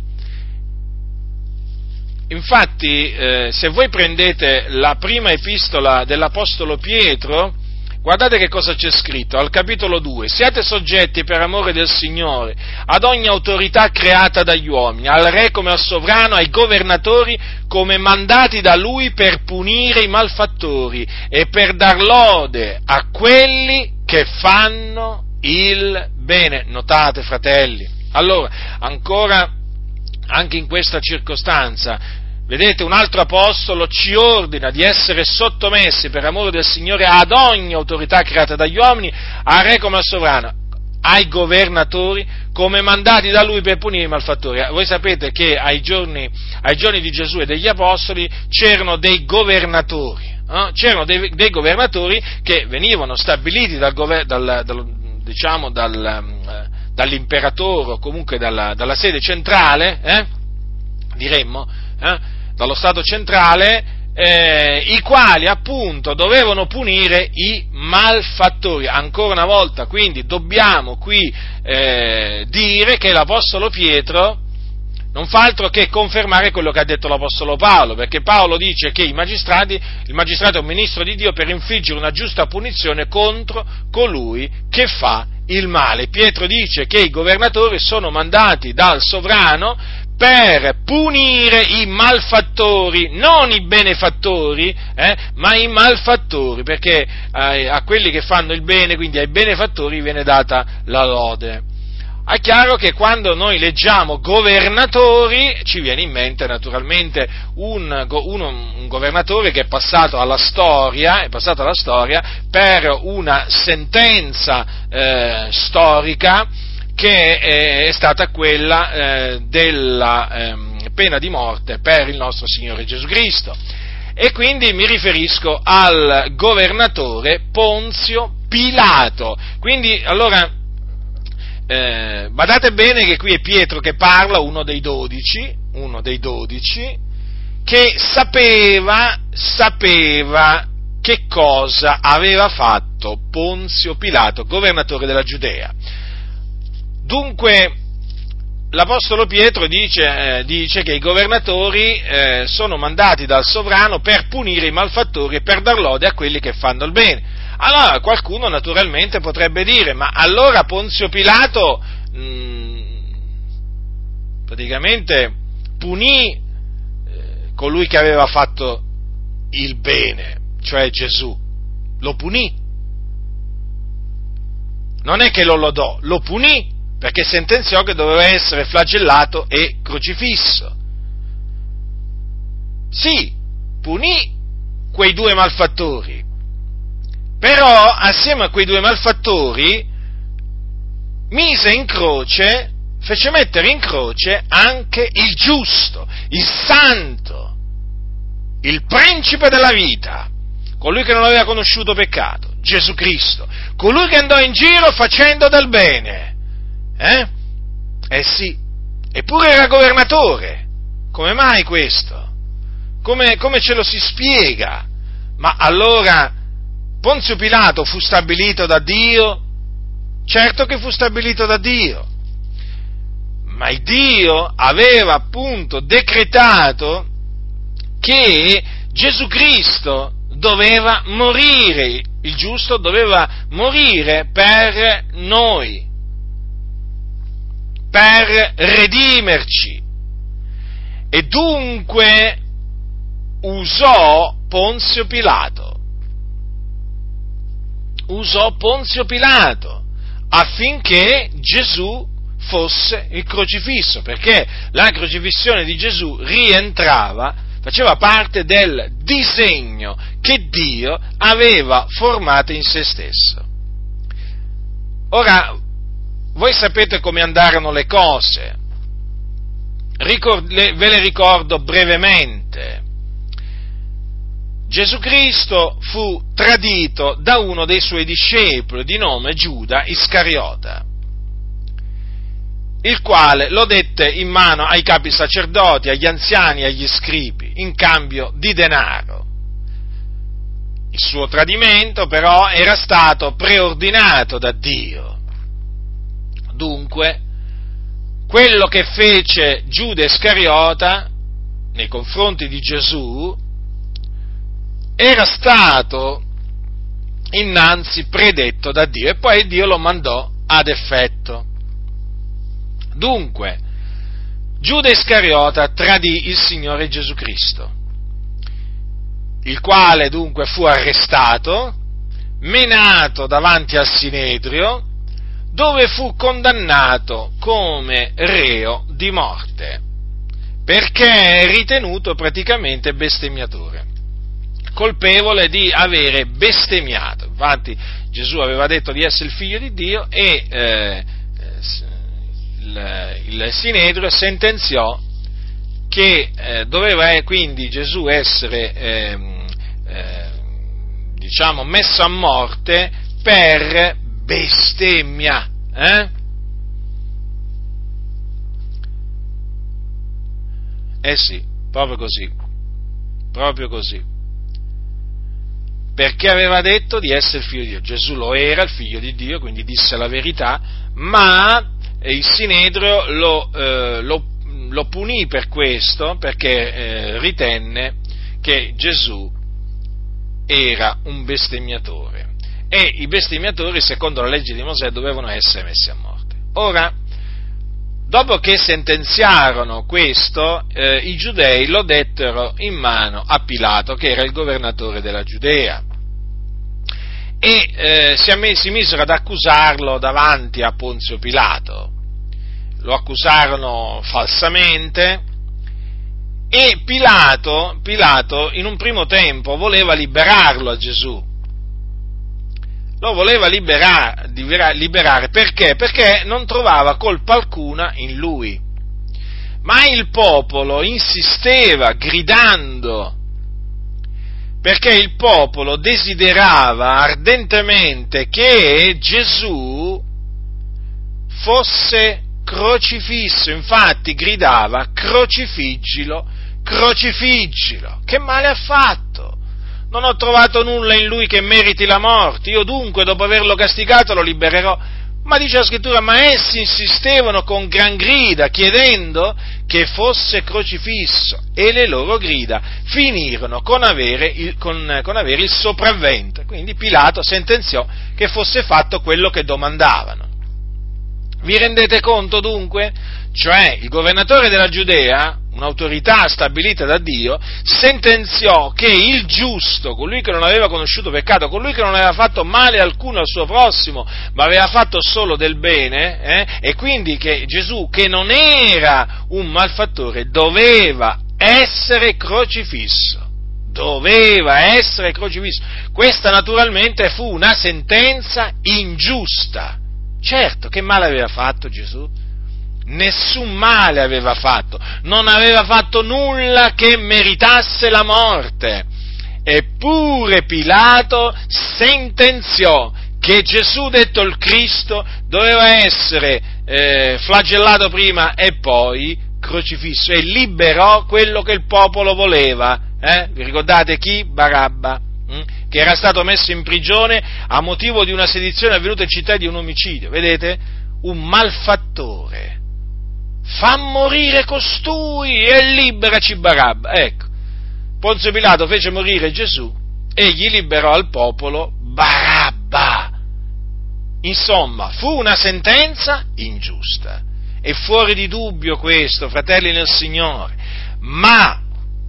Infatti, eh, se voi prendete la prima epistola dell'Apostolo Pietro, Guardate che cosa c'è scritto al capitolo due: siate soggetti per amore del Signore ad ogni autorità creata dagli uomini, al re come al sovrano, ai governatori come mandati da lui per punire i malfattori e per dar lode a quelli che fanno il bene. Notate, fratelli, allora, ancora, anche in questa circostanza, vedete, un altro apostolo ci ordina di essere sottomessi per amore del Signore ad ogni autorità creata dagli uomini, al re come al sovrano, ai governatori come mandati da lui per punire i malfattori. Voi sapete che ai giorni, ai giorni di Gesù e degli apostoli c'erano dei governatori, eh? c'erano dei, dei governatori che venivano stabiliti dal, dal, dal, diciamo, dal, dall'imperatore o comunque dalla, dalla sede centrale, eh? diremmo, eh? dallo Stato centrale, eh, i quali appunto dovevano punire i malfattori. Ancora una volta, quindi, dobbiamo qui eh, dire che l'Apostolo Pietro non fa altro che confermare quello che ha detto l'Apostolo Paolo, perché Paolo dice che i magistrati, il magistrato è un ministro di Dio per infliggere una giusta punizione contro colui che fa il male. Pietro dice che i governatori sono mandati dal sovrano per punire i malfattori, non i benefattori, eh, ma i malfattori, perché eh, a quelli che fanno il bene, quindi ai benefattori, viene data la lode. È chiaro che quando noi leggiamo governatori ci viene in mente naturalmente un, uno, un governatore che è passato alla storia, è passato alla storia per una sentenza eh, storica che è stata quella eh, della eh, pena di morte per il nostro Signore Gesù Cristo. E quindi mi riferisco al governatore Ponzio Pilato. Quindi, allora, eh, badate bene che qui è Pietro che parla, uno dei dodici, uno dei dodici, che sapeva, sapeva che cosa aveva fatto Ponzio Pilato, governatore della Giudea. Dunque, l'Apostolo Pietro dice, eh, dice che i governatori eh, sono mandati dal sovrano per punire i malfattori e per dar lode a quelli che fanno il bene. Allora, qualcuno naturalmente potrebbe dire, ma allora Ponzio Pilato mh, praticamente punì eh, colui che aveva fatto il bene, cioè Gesù, lo punì. Non è che lo lodò, lo punì, perché sentenziò che doveva essere flagellato e crocifisso. Sì, punì quei due malfattori, però assieme a quei due malfattori mise in croce, fece mettere in croce anche il giusto, il santo, il principe della vita, colui che non aveva conosciuto peccato, Gesù Cristo, colui che andò in giro facendo del bene. Eh? Eh sì, eppure era governatore. Come mai questo? Come, come ce lo si spiega? Ma allora Ponzio Pilato fu stabilito da Dio? Certo che fu stabilito da Dio, ma il Dio aveva appunto decretato che Gesù Cristo doveva morire, il giusto doveva morire per noi, per redimerci, e dunque usò Ponzio Pilato, usò Ponzio Pilato affinché Gesù fosse il crocifisso, perché la crocifissione di Gesù rientrava, faceva parte del disegno che Dio aveva formato in se stesso. Ora, voi sapete come andarono le cose, Ricord- le, ve le ricordo brevemente. Gesù Cristo fu tradito da uno dei suoi discepoli di nome Giuda Iscariota, il quale lo dette in mano ai capi sacerdoti, agli anziani e agli scribi, in cambio di denaro. Il suo tradimento però era stato preordinato da Dio. Dunque, quello che fece Giuda Iscariota nei confronti di Gesù era stato innanzi predetto da Dio, e poi Dio lo mandò ad effetto. Dunque, Giuda Iscariota tradì il Signore Gesù Cristo, il quale dunque fu arrestato, menato davanti al Sinedrio, dove fu condannato come reo di morte, perché è ritenuto praticamente bestemmiatore, colpevole di avere bestemmiato. Infatti Gesù aveva detto di essere il figlio di Dio e eh, il, il Sinedrio sentenziò che eh, doveva quindi Gesù essere eh, eh, diciamo messo a morte per bestemmia, eh? Eh sì, proprio così, proprio così, perché aveva detto di essere il figlio di Dio. Gesù lo era, il figlio di Dio, quindi disse la verità, ma il Sinedrio lo, eh, lo, lo punì per questo, perché eh, ritenne che Gesù era un bestemmiatore, e i bestemmiatori, secondo la legge di Mosè, dovevano essere messi a morte. Ora, dopo che sentenziarono questo, eh, i giudei lo dettero in mano a Pilato, che era il governatore della Giudea, e eh, si, amm- si misero ad accusarlo davanti a Ponzio Pilato. Lo accusarono falsamente, e Pilato, Pilato in un primo tempo voleva liberarlo a Gesù. Lo voleva liberare, liberare perché? Perché non trovava colpa alcuna in lui. Ma il popolo insisteva gridando, perché il popolo desiderava ardentemente che Gesù fosse crocifisso. Infatti gridava: crocifiggilo, crocifiggilo. Che male ha fatto? Non ho trovato nulla in lui che meriti la morte, io dunque dopo averlo castigato lo libererò. Ma dice la scrittura: ma essi insistevano con gran grida chiedendo che fosse crocifisso, e le loro grida finirono con avere il, con, con avere il sopravvento. Quindi Pilato sentenziò che fosse fatto quello che domandavano. Vi rendete conto dunque? Cioè il governatore della Giudea, un'autorità stabilita da Dio, sentenziò che il giusto, colui che non aveva conosciuto peccato, colui che non aveva fatto male alcuno al suo prossimo, ma aveva fatto solo del bene, eh, e quindi che Gesù, che non era un malfattore, doveva essere crocifisso. Doveva essere crocifisso. Questa naturalmente fu una sentenza ingiusta. Certo, che male aveva fatto Gesù? Nessun male aveva fatto, non aveva fatto nulla che meritasse la morte. Eppure Pilato sentenziò che Gesù, detto il Cristo, doveva essere eh, flagellato prima e poi crocifisso, e liberò quello che il popolo voleva. Eh? Vi ricordate chi? Barabba, hm? che era stato messo in prigione a motivo di una sedizione avvenuta in città di un omicidio. Vedete? Un malfattore. Fa morire costui e liberaci Barabba. Ecco, Ponzio Pilato fece morire Gesù e gli liberò al popolo Barabba. Insomma, fu una sentenza ingiusta. È fuori di dubbio questo, fratelli nel Signore. Ma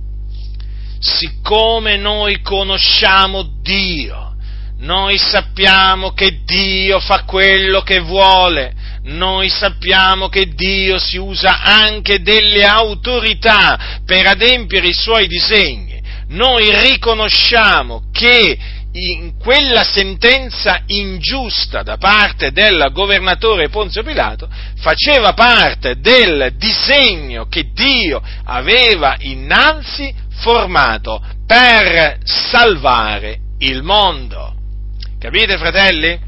siccome noi conosciamo Dio, noi sappiamo che Dio fa quello che vuole, noi sappiamo che Dio si usa anche delle autorità per adempiere i suoi disegni, noi riconosciamo che in quella sentenza ingiusta da parte del governatore Ponzio Pilato faceva parte del disegno che Dio aveva innanzi formato per salvare il mondo. Capite, fratelli?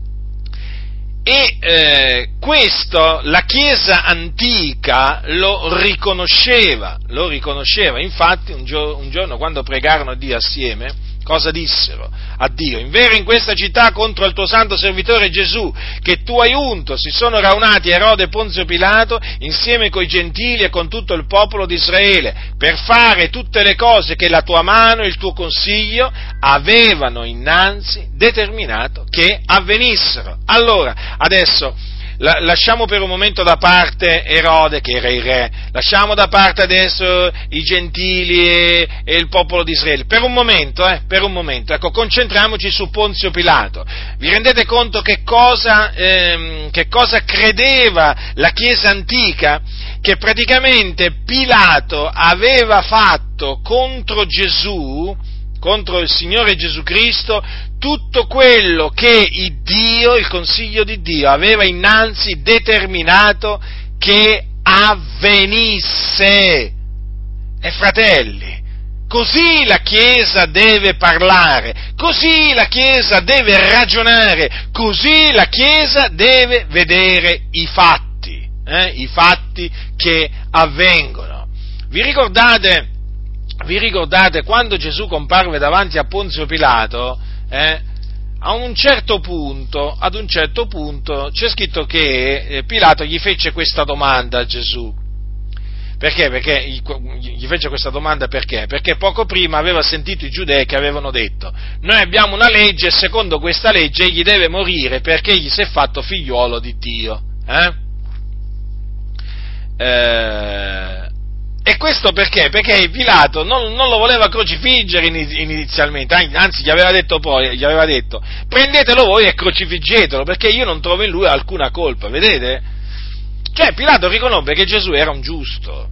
E eh, questo la Chiesa antica lo riconosceva, lo riconosceva. Infatti un, gio- un giorno, quando pregarono Dio assieme, Cosa dissero a Dio? In vero in questa città contro il tuo santo servitore Gesù, che tu hai unto, si sono raunati Erode e Ponzio Pilato, insieme coi gentili e con tutto il popolo di Israele, per fare tutte le cose che la tua mano e il tuo consiglio avevano innanzi determinato che avvenissero. Allora, adesso, lasciamo per un momento da parte Erode, che era il re, lasciamo da parte adesso i gentili e, e il popolo di Israele, per un momento, eh, per un momento, ecco, concentriamoci su Ponzio Pilato. Vi rendete conto che cosa, ehm, che cosa credeva la Chiesa antica? Che praticamente Pilato aveva fatto contro Gesù, contro il Signore Gesù Cristo, tutto quello che il Dio, il Consiglio di Dio, aveva innanzi determinato che avvenisse. E fratelli, così la Chiesa deve parlare, così la Chiesa deve ragionare, così la Chiesa deve vedere i fatti, eh, i fatti che avvengono. Vi ricordate? Vi ricordate quando Gesù comparve davanti a Ponzio Pilato? Eh, a un certo punto, ad un certo punto c'è scritto che eh, Pilato gli fece questa domanda a Gesù. Perché? Perché gli fece questa domanda perché? Perché poco prima aveva sentito i giudei che avevano detto: noi abbiamo una legge e secondo questa legge egli deve morire perché egli si è fatto figliuolo di Dio. Eh? Eh, E questo perché? Perché Pilato non, non lo voleva crocifiggere inizialmente, anzi gli aveva detto poi, gli aveva detto, prendetelo voi e crocifiggetelo, perché io non trovo in lui alcuna colpa, vedete? Cioè Pilato riconobbe che Gesù era un giusto.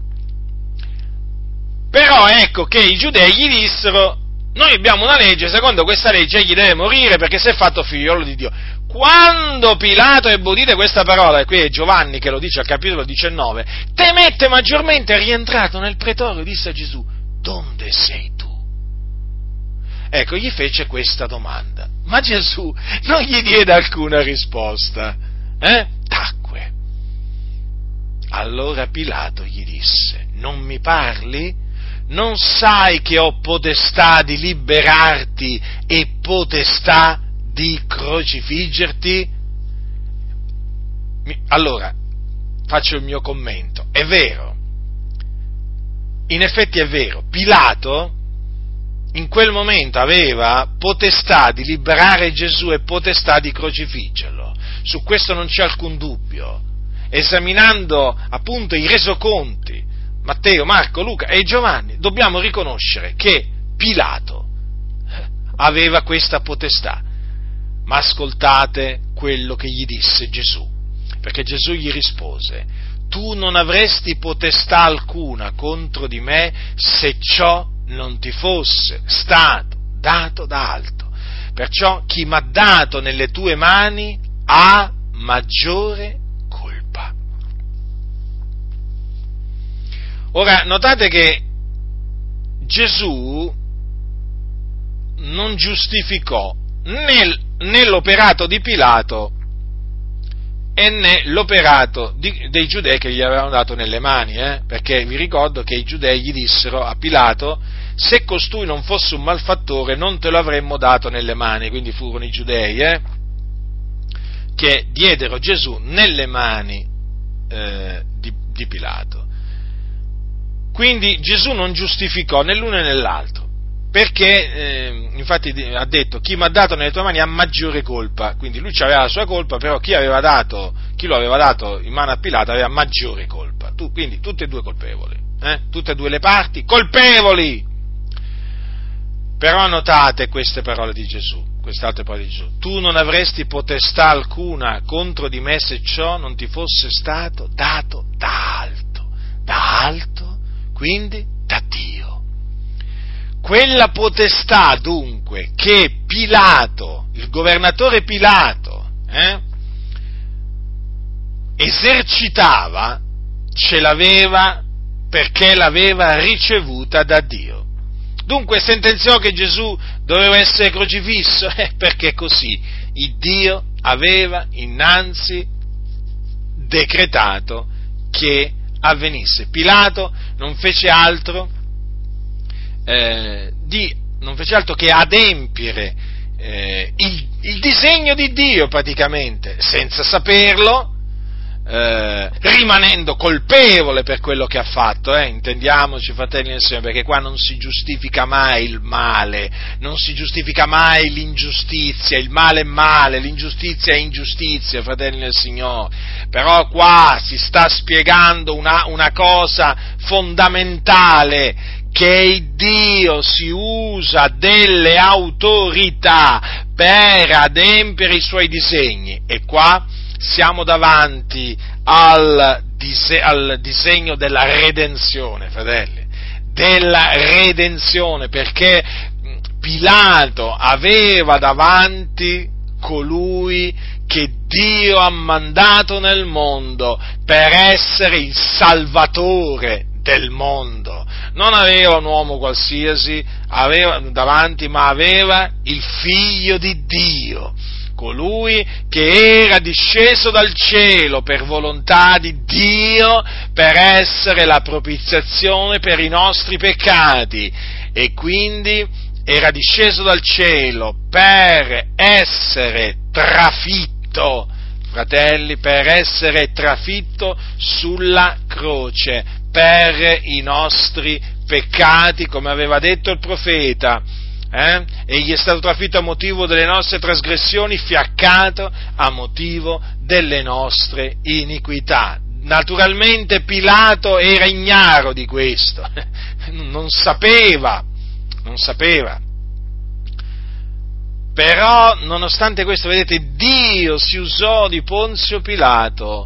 Però ecco che i giudei gli dissero: noi abbiamo una legge, secondo questa legge egli deve morire perché si è fatto figliolo di Dio. Quando Pilato ebbe udite questa parola, e qui è Giovanni che lo dice al capitolo diciannove, temette maggiormente, rientrato nel pretorio, disse a Gesù: donde sei tu? Ecco, gli fece questa domanda, ma Gesù non gli diede alcuna risposta, eh? Tacque. Allora Pilato gli disse: non mi parli? Non sai che ho potestà di liberarti e potestà di crocifiggerti? Allora, faccio il mio commento. È vero, in effetti è vero, Pilato in quel momento aveva potestà di liberare Gesù e potestà di crocifiggerlo. Su questo non c'è alcun dubbio. Esaminando appunto i resoconti, Matteo, Marco, Luca e Giovanni, dobbiamo riconoscere che Pilato aveva questa potestà. Ma ascoltate quello che gli disse Gesù, perché Gesù gli rispose: tu non avresti potestà alcuna contro di me se ciò non ti fosse stato dato da alto. Perciò chi m'ha dato nelle tue mani ha maggiore colpa. Ora, notate che Gesù non giustificò né, né l'operato di Pilato e né l'operato di, dei giudei che gli avevano dato nelle mani, eh? Perché vi ricordo che i giudei gli dissero a Pilato: se costui non fosse un malfattore non te lo avremmo dato nelle mani. Quindi furono i giudei eh? che diedero Gesù nelle mani eh, di, di Pilato. Quindi Gesù non giustificò né l'uno né nell'altro, perché eh, infatti ha detto: chi mi ha dato nelle tue mani ha maggiore colpa. Quindi lui aveva la sua colpa, però chi aveva dato, chi lo aveva dato in mano a Pilato aveva maggiore colpa. Tu, quindi tutte e due colpevoli, eh? tutte e due le parti colpevoli. Però notate queste parole di Gesù, queste altre parole di Gesù: tu non avresti potestà alcuna contro di me se ciò non ti fosse stato dato da alto, da alto, quindi da Dio. Quella potestà dunque che Pilato, il governatore Pilato, eh, esercitava, ce l'aveva perché l'aveva ricevuta da Dio. Dunque sentenziò che Gesù doveva essere crocifisso, eh, perché così il Dio aveva innanzi decretato che avvenisse. Pilato non fece altro Eh, di non fece altro che adempiere eh, il, il disegno di Dio praticamente, senza saperlo, Eh, rimanendo colpevole per quello che ha fatto, eh, intendiamoci, fratelli del Signore, perché qua non si giustifica mai il male, non si giustifica mai l'ingiustizia, il male è male, l'ingiustizia è ingiustizia, fratelli del Signore, però qua si sta spiegando una, una cosa fondamentale, che Dio si usa delle autorità per adempiere i suoi disegni, e qua siamo davanti al, dise- al disegno della redenzione, fratelli, della redenzione, perché Pilato aveva davanti colui che Dio ha mandato nel mondo per essere il Salvatore del mondo. Non aveva un uomo qualsiasi aveva davanti, ma aveva il Figlio di Dio, colui che era disceso dal cielo per volontà di Dio, per essere la propiziazione per i nostri peccati, e quindi era disceso dal cielo per essere trafitto, fratelli, per essere trafitto sulla croce, per i nostri peccati, come aveva detto il profeta. Eh? Egli è stato trafitto a motivo delle nostre trasgressioni, fiaccato a motivo delle nostre iniquità. Naturalmente Pilato era ignaro di questo, non sapeva, non sapeva. Però, nonostante questo, vedete, Dio si usò di Ponzio Pilato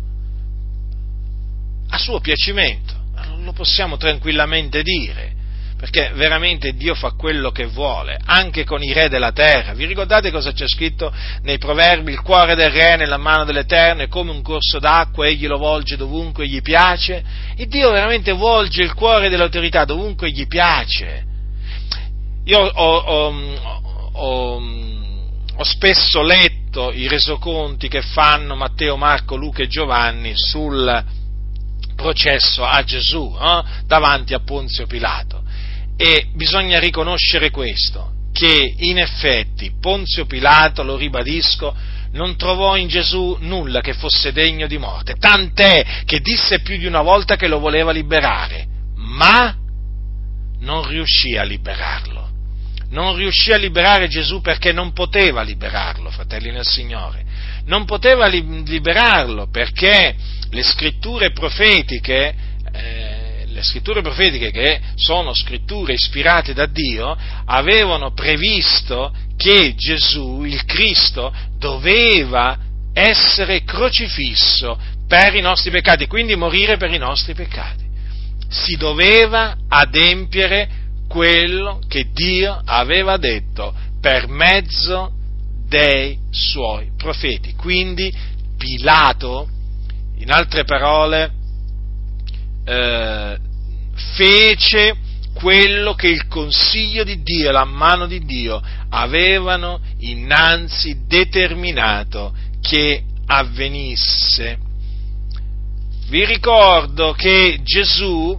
a suo piacimento, lo possiamo tranquillamente dire, perché veramente Dio fa quello che vuole, anche con i re della terra. Vi ricordate cosa c'è scritto nei Proverbi? Il cuore del re nella mano dell'Eterno è come un corso d'acqua, egli lo volge dovunque gli piace. E Dio veramente volge il cuore dell'autorità dovunque gli piace. Io ho, ho, ho, ho spesso letto i resoconti che fanno Matteo, Marco, Luca e Giovanni sul processo a Gesù, eh, davanti a Ponzio Pilato. E bisogna riconoscere questo, che in effetti Ponzio Pilato, lo ribadisco, non trovò in Gesù nulla che fosse degno di morte, tant'è che disse più di una volta che lo voleva liberare, ma non riuscì a liberarlo. Non riuscì a liberare Gesù perché non poteva liberarlo, fratelli nel Signore. Non poteva liberarlo perché le scritture profetiche, eh, le scritture profetiche, che sono scritture ispirate da Dio, avevano previsto che Gesù, il Cristo, doveva essere crocifisso per i nostri peccati, quindi morire per i nostri peccati. Si doveva adempiere quello che Dio aveva detto per mezzo dei suoi profeti. Quindi Pilato, in altre parole, eh, fece quello che il consiglio di Dio, la mano di Dio, avevano innanzi determinato che avvenisse. Vi ricordo che Gesù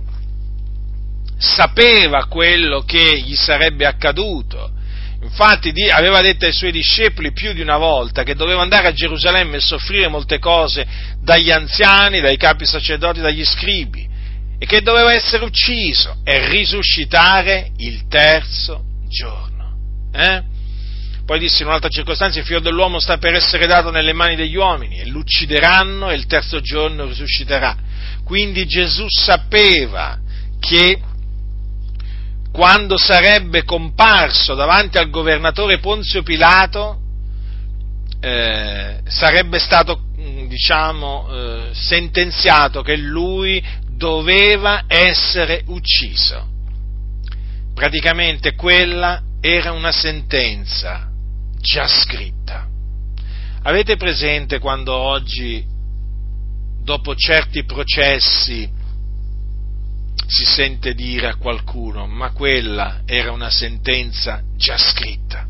sapeva quello che gli sarebbe accaduto. Infatti aveva detto ai suoi discepoli più di una volta che doveva andare a Gerusalemme e soffrire molte cose dagli anziani, dai capi sacerdoti, dagli scribi, e che doveva essere ucciso e risuscitare il terzo giorno. Eh? Poi disse in un'altra circostanza: il figlio dell'uomo sta per essere dato nelle mani degli uomini, e l'uccideranno e il terzo giorno risusciterà. Quindi Gesù sapeva che quando sarebbe comparso davanti al governatore Ponzio Pilato, eh, sarebbe stato, diciamo, eh, sentenziato che lui doveva essere ucciso. Praticamente quella era una sentenza già scritta. Avete presente quando oggi, dopo certi processi, si sente dire a qualcuno: ma quella era una sentenza già scritta?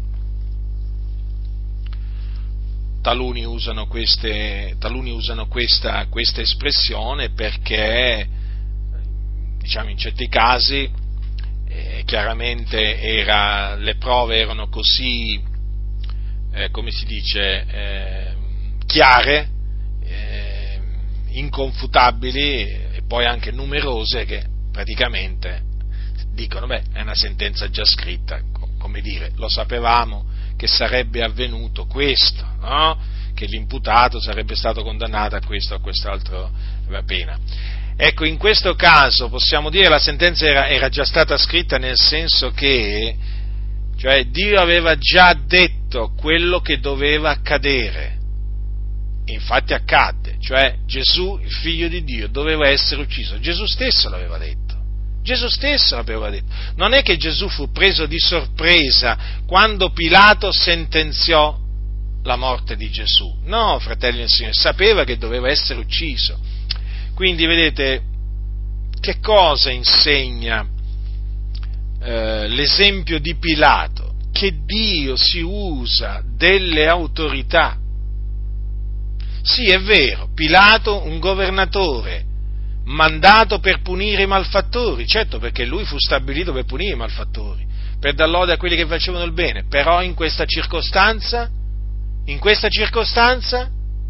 Taluni usano queste, taluni usano questa, questa espressione perché, diciamo, in certi casi eh, chiaramente era, le prove erano così, eh, come si dice, eh, chiare, eh, inconfutabili e poi anche numerose, che praticamente dicono, beh, è una sentenza già scritta, come dire, lo sapevamo che sarebbe avvenuto questo, no? Che l'imputato sarebbe stato condannato a questo o a quest'altro pena. Ecco, in questo caso possiamo dire che la sentenza era, era già stata scritta, nel senso che, cioè, Dio aveva già detto quello che doveva accadere. Infatti accadde, cioè Gesù, il figlio di Dio, doveva essere ucciso. Gesù stesso l'aveva detto. Gesù stesso l'aveva detto. Non è che Gesù fu preso di sorpresa quando Pilato sentenziò la morte di Gesù. No, fratelli del Signore, sapeva che doveva essere ucciso. Quindi, vedete, che cosa insegna eh, l'esempio di Pilato? Che Dio si usa delle autorità. Sì, è vero, Pilato, un governatore, mandato per punire i malfattori, certo, perché lui fu stabilito per punire i malfattori, per dar lode a quelli che facevano il bene, però in questa circostanza, in questa circostanza,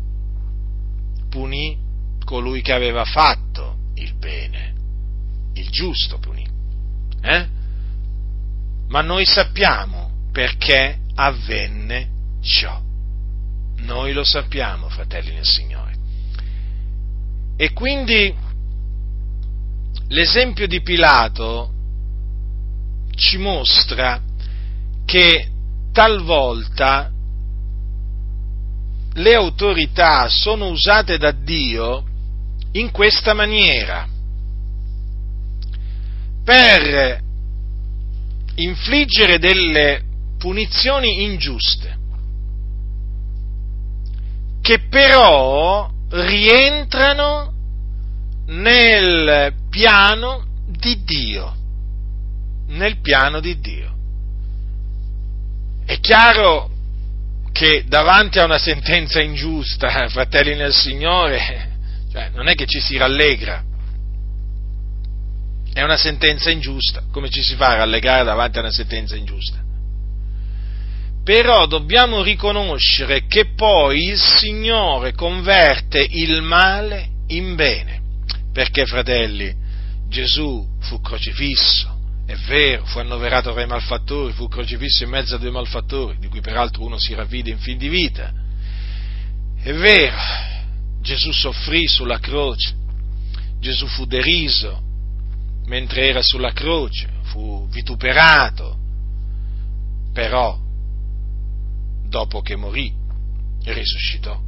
punì colui che aveva fatto il bene, il giusto punì, eh? Ma noi sappiamo perché avvenne ciò. Noi lo sappiamo, fratelli nel Signore. E quindi l'esempio di Pilato ci mostra che talvolta le autorità sono usate da Dio in questa maniera, per infliggere delle punizioni ingiuste, che però rientrano nel piano di Dio, nel piano di Dio. È chiaro che davanti a una sentenza ingiusta, fratelli nel Signore, cioè non è che ci si rallegra, è una sentenza ingiusta, come ci si fa a rallegrare davanti a una sentenza ingiusta? Però dobbiamo riconoscere che poi il Signore converte il male in bene, perché, fratelli, Gesù fu crocifisso, è vero, fu annoverato tra i malfattori, fu crocifisso in mezzo a due malfattori, di cui peraltro uno si ravvide in fin di vita, è vero, Gesù soffrì sulla croce, Gesù fu deriso mentre era sulla croce, fu vituperato, però dopo che morì, risuscitò.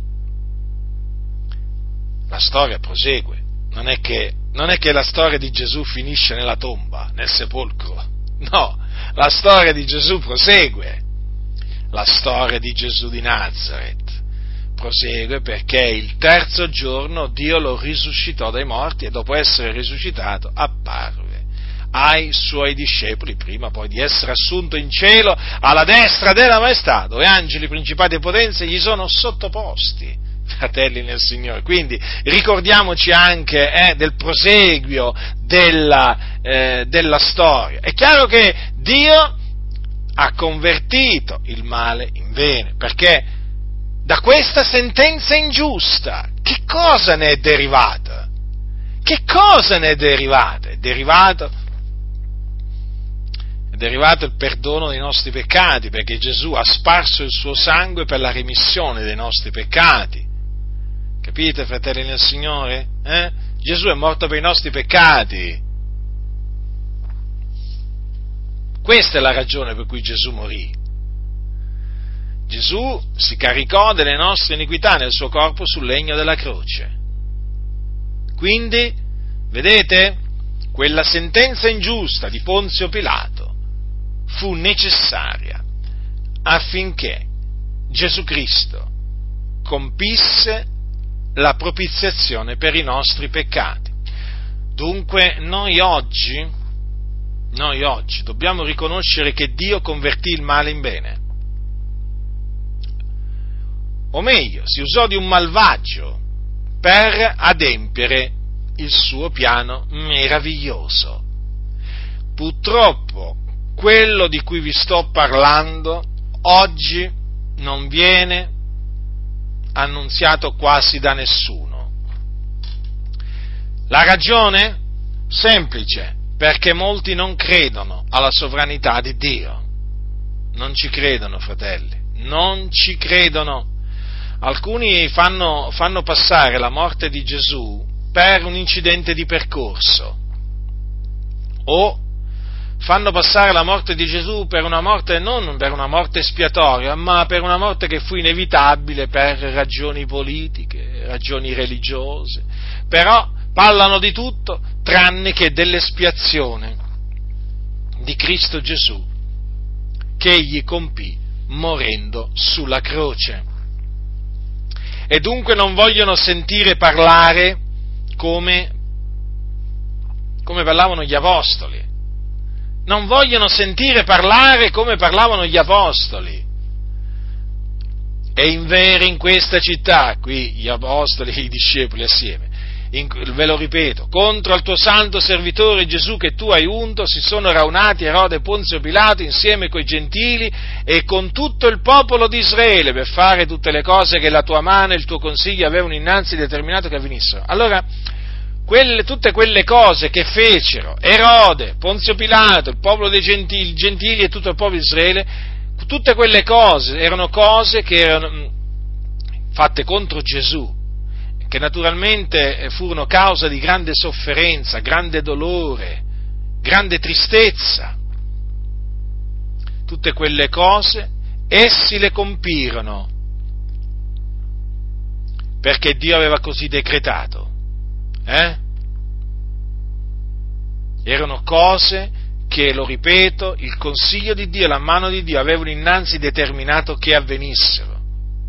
La storia prosegue, non è che, non è che la storia di Gesù finisce nella tomba, nel sepolcro, no, la storia di Gesù prosegue, la storia di Gesù di Nazaret prosegue perché il terzo giorno Dio lo risuscitò dai morti e dopo essere risuscitato apparve ai suoi discepoli, prima poi di essere assunto in cielo alla destra della maestà, dove angeli, principati e potenze gli sono sottoposti, fratelli nel Signore. Quindi ricordiamoci anche eh, del proseguio della, eh, della storia. È chiaro che Dio ha convertito il male in bene, perché da questa sentenza ingiusta che cosa ne è derivata? Che cosa ne è derivata? È derivato È derivato il perdono dei nostri peccati, perché Gesù ha sparso il suo sangue per la remissione dei nostri peccati. Capite, fratelli nel Signore? Eh? Gesù è morto per i nostri peccati. Questa è la ragione per cui Gesù morì. Gesù si caricò delle nostre iniquità nel suo corpo sul legno della croce. Quindi, vedete, quella sentenza ingiusta di Ponzio Pilato fu necessaria affinché Gesù Cristo compisse la propiziazione per i nostri peccati. Dunque noi oggi, noi oggi dobbiamo riconoscere che Dio convertì il male in bene. O meglio, si usò di un malvagio per adempiere il suo piano meraviglioso. purtroppo quello di cui vi sto parlando oggi non viene annunziato quasi da nessuno. La ragione? Semplice, perché molti non credono alla sovranità di Dio. Non ci credono, fratelli, non ci credono. Alcuni fanno, fanno passare la morte di Gesù per un incidente di percorso, o fanno passare la morte di Gesù per una morte, non per una morte espiatoria, ma per una morte che fu inevitabile per ragioni politiche, ragioni religiose. Però parlano di tutto tranne che dell'espiazione di Cristo Gesù che egli compì morendo sulla croce. E dunque non vogliono sentire parlare come, come parlavano gli apostoli. Non vogliono sentire parlare come parlavano gli apostoli. E in vero in questa città, qui gli apostoli e i discepoli assieme, in, ve lo ripeto, contro il tuo santo servitore Gesù che tu hai unto, si sono raunati Erode e Ponzio Pilato insieme coi gentili e con tutto il popolo di Israele per fare tutte le cose che la tua mano e il tuo consiglio avevano innanzi determinato che avvenissero. Allora, Quelle, tutte quelle cose che fecero Erode, Ponzio Pilato, il popolo dei gentili, gentili e tutto il popolo di Israele, tutte quelle cose erano cose che erano fatte contro Gesù, che naturalmente furono causa di grande sofferenza, grande dolore, grande tristezza. Tutte quelle cose essi le compirono perché Dio aveva così decretato. Eh? Erano cose che, lo ripeto, il consiglio di Dio, la mano di Dio avevano innanzi determinato che avvenissero.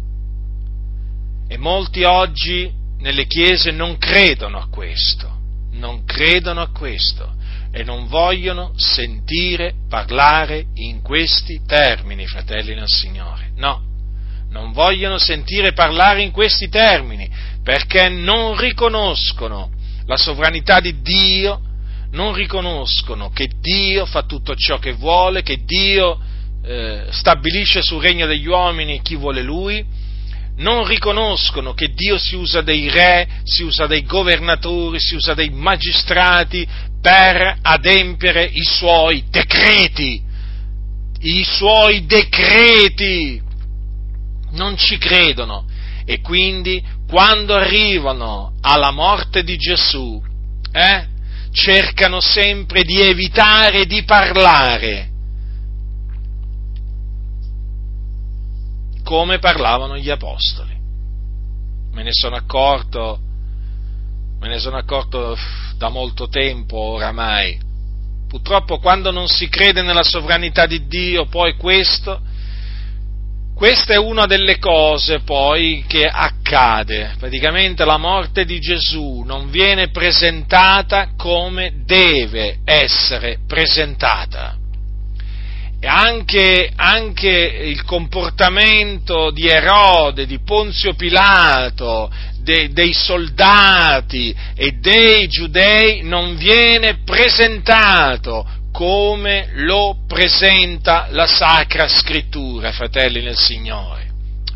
E molti oggi nelle chiese non credono a questo, non credono a questo e non vogliono sentire parlare in questi termini, fratelli nel Signore. No, non vogliono sentire parlare in questi termini, perché non riconoscono la sovranità di Dio, non riconoscono che Dio fa tutto ciò che vuole, che Dio eh, stabilisce sul regno degli uomini chi vuole Lui, non riconoscono che Dio si usa dei re, si usa dei governatori, si usa dei magistrati per adempiere i Suoi decreti, i Suoi decreti, non ci credono. E quindi, quando arrivano alla morte di Gesù, eh, cercano sempre di evitare di parlare come parlavano gli apostoli. Me ne sono accorto, me ne sono accorto da molto tempo oramai. Purtroppo, quando non si crede nella sovranità di Dio, poi questo Questa è una delle cose poi che accade. Praticamente la morte di Gesù non viene presentata come deve essere presentata. E anche, anche il comportamento di Erode, di Ponzio Pilato, de, dei soldati e dei giudei non viene presentato come lo presenta la Sacra Scrittura, fratelli nel Signore.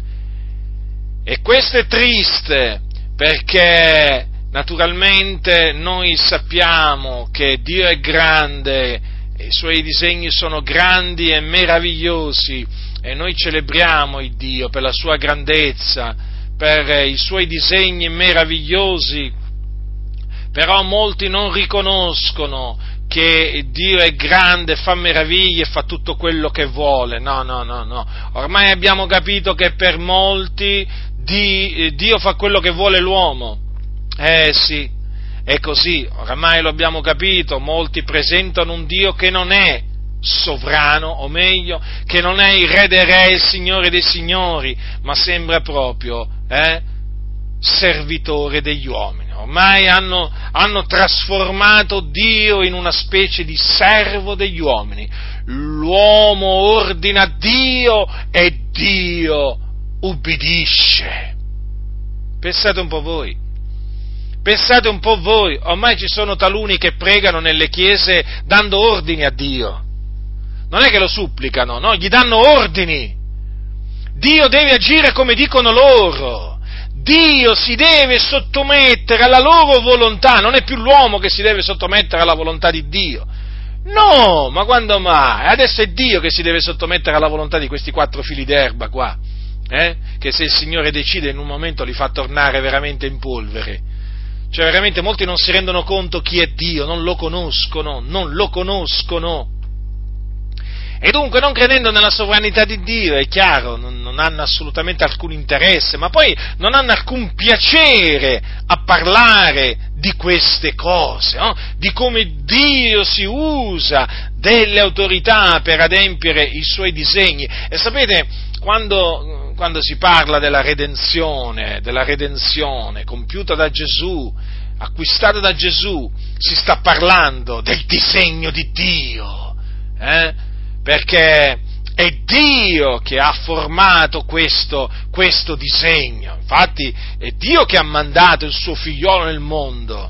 E questo è triste, perché naturalmente noi sappiamo che Dio è grande, i Suoi disegni sono grandi e meravigliosi, e noi celebriamo il Dio per la Sua grandezza, per i Suoi disegni meravigliosi, però molti non riconoscono che Dio è grande, fa meraviglie e fa tutto quello che vuole. No, no, no, no. Ormai abbiamo capito che per molti di, Dio fa quello che vuole l'uomo. Eh sì, è così, ormai lo abbiamo capito. Molti presentano un Dio che non è sovrano, o meglio, che non è il Re dei Re, il Signore dei Signori, ma sembra proprio, eh, servitore degli uomini. Ormai hanno, hanno trasformato Dio in una specie di servo degli uomini. L'uomo ordina a Dio e Dio ubbidisce. Pensate un po' voi. Pensate un po' voi, ormai ci sono taluni che pregano nelle chiese dando ordini a Dio. Non è che lo supplicano, no? Gli danno ordini. Dio deve agire come dicono loro. Dio si deve sottomettere alla loro volontà, non è più l'uomo che si deve sottomettere alla volontà di Dio. No, ma quando mai? Adesso è Dio che si deve sottomettere alla volontà di questi quattro fili d'erba qua, eh? Che se il Signore decide in un momento li fa tornare veramente in polvere. Cioè veramente molti non si rendono conto chi è Dio, non lo conoscono, non lo conoscono. E dunque, non credendo nella sovranità di Dio, è chiaro, non, non hanno assolutamente alcun interesse, ma poi non hanno alcun piacere a parlare di queste cose, no? Di come Dio si usa delle autorità per adempiere i suoi disegni. E sapete, quando, quando si parla della redenzione, della redenzione compiuta da Gesù, acquistata da Gesù, si sta parlando del disegno di Dio, eh? Perché è Dio che ha formato questo, questo disegno. Infatti è Dio che ha mandato il suo figliolo nel mondo.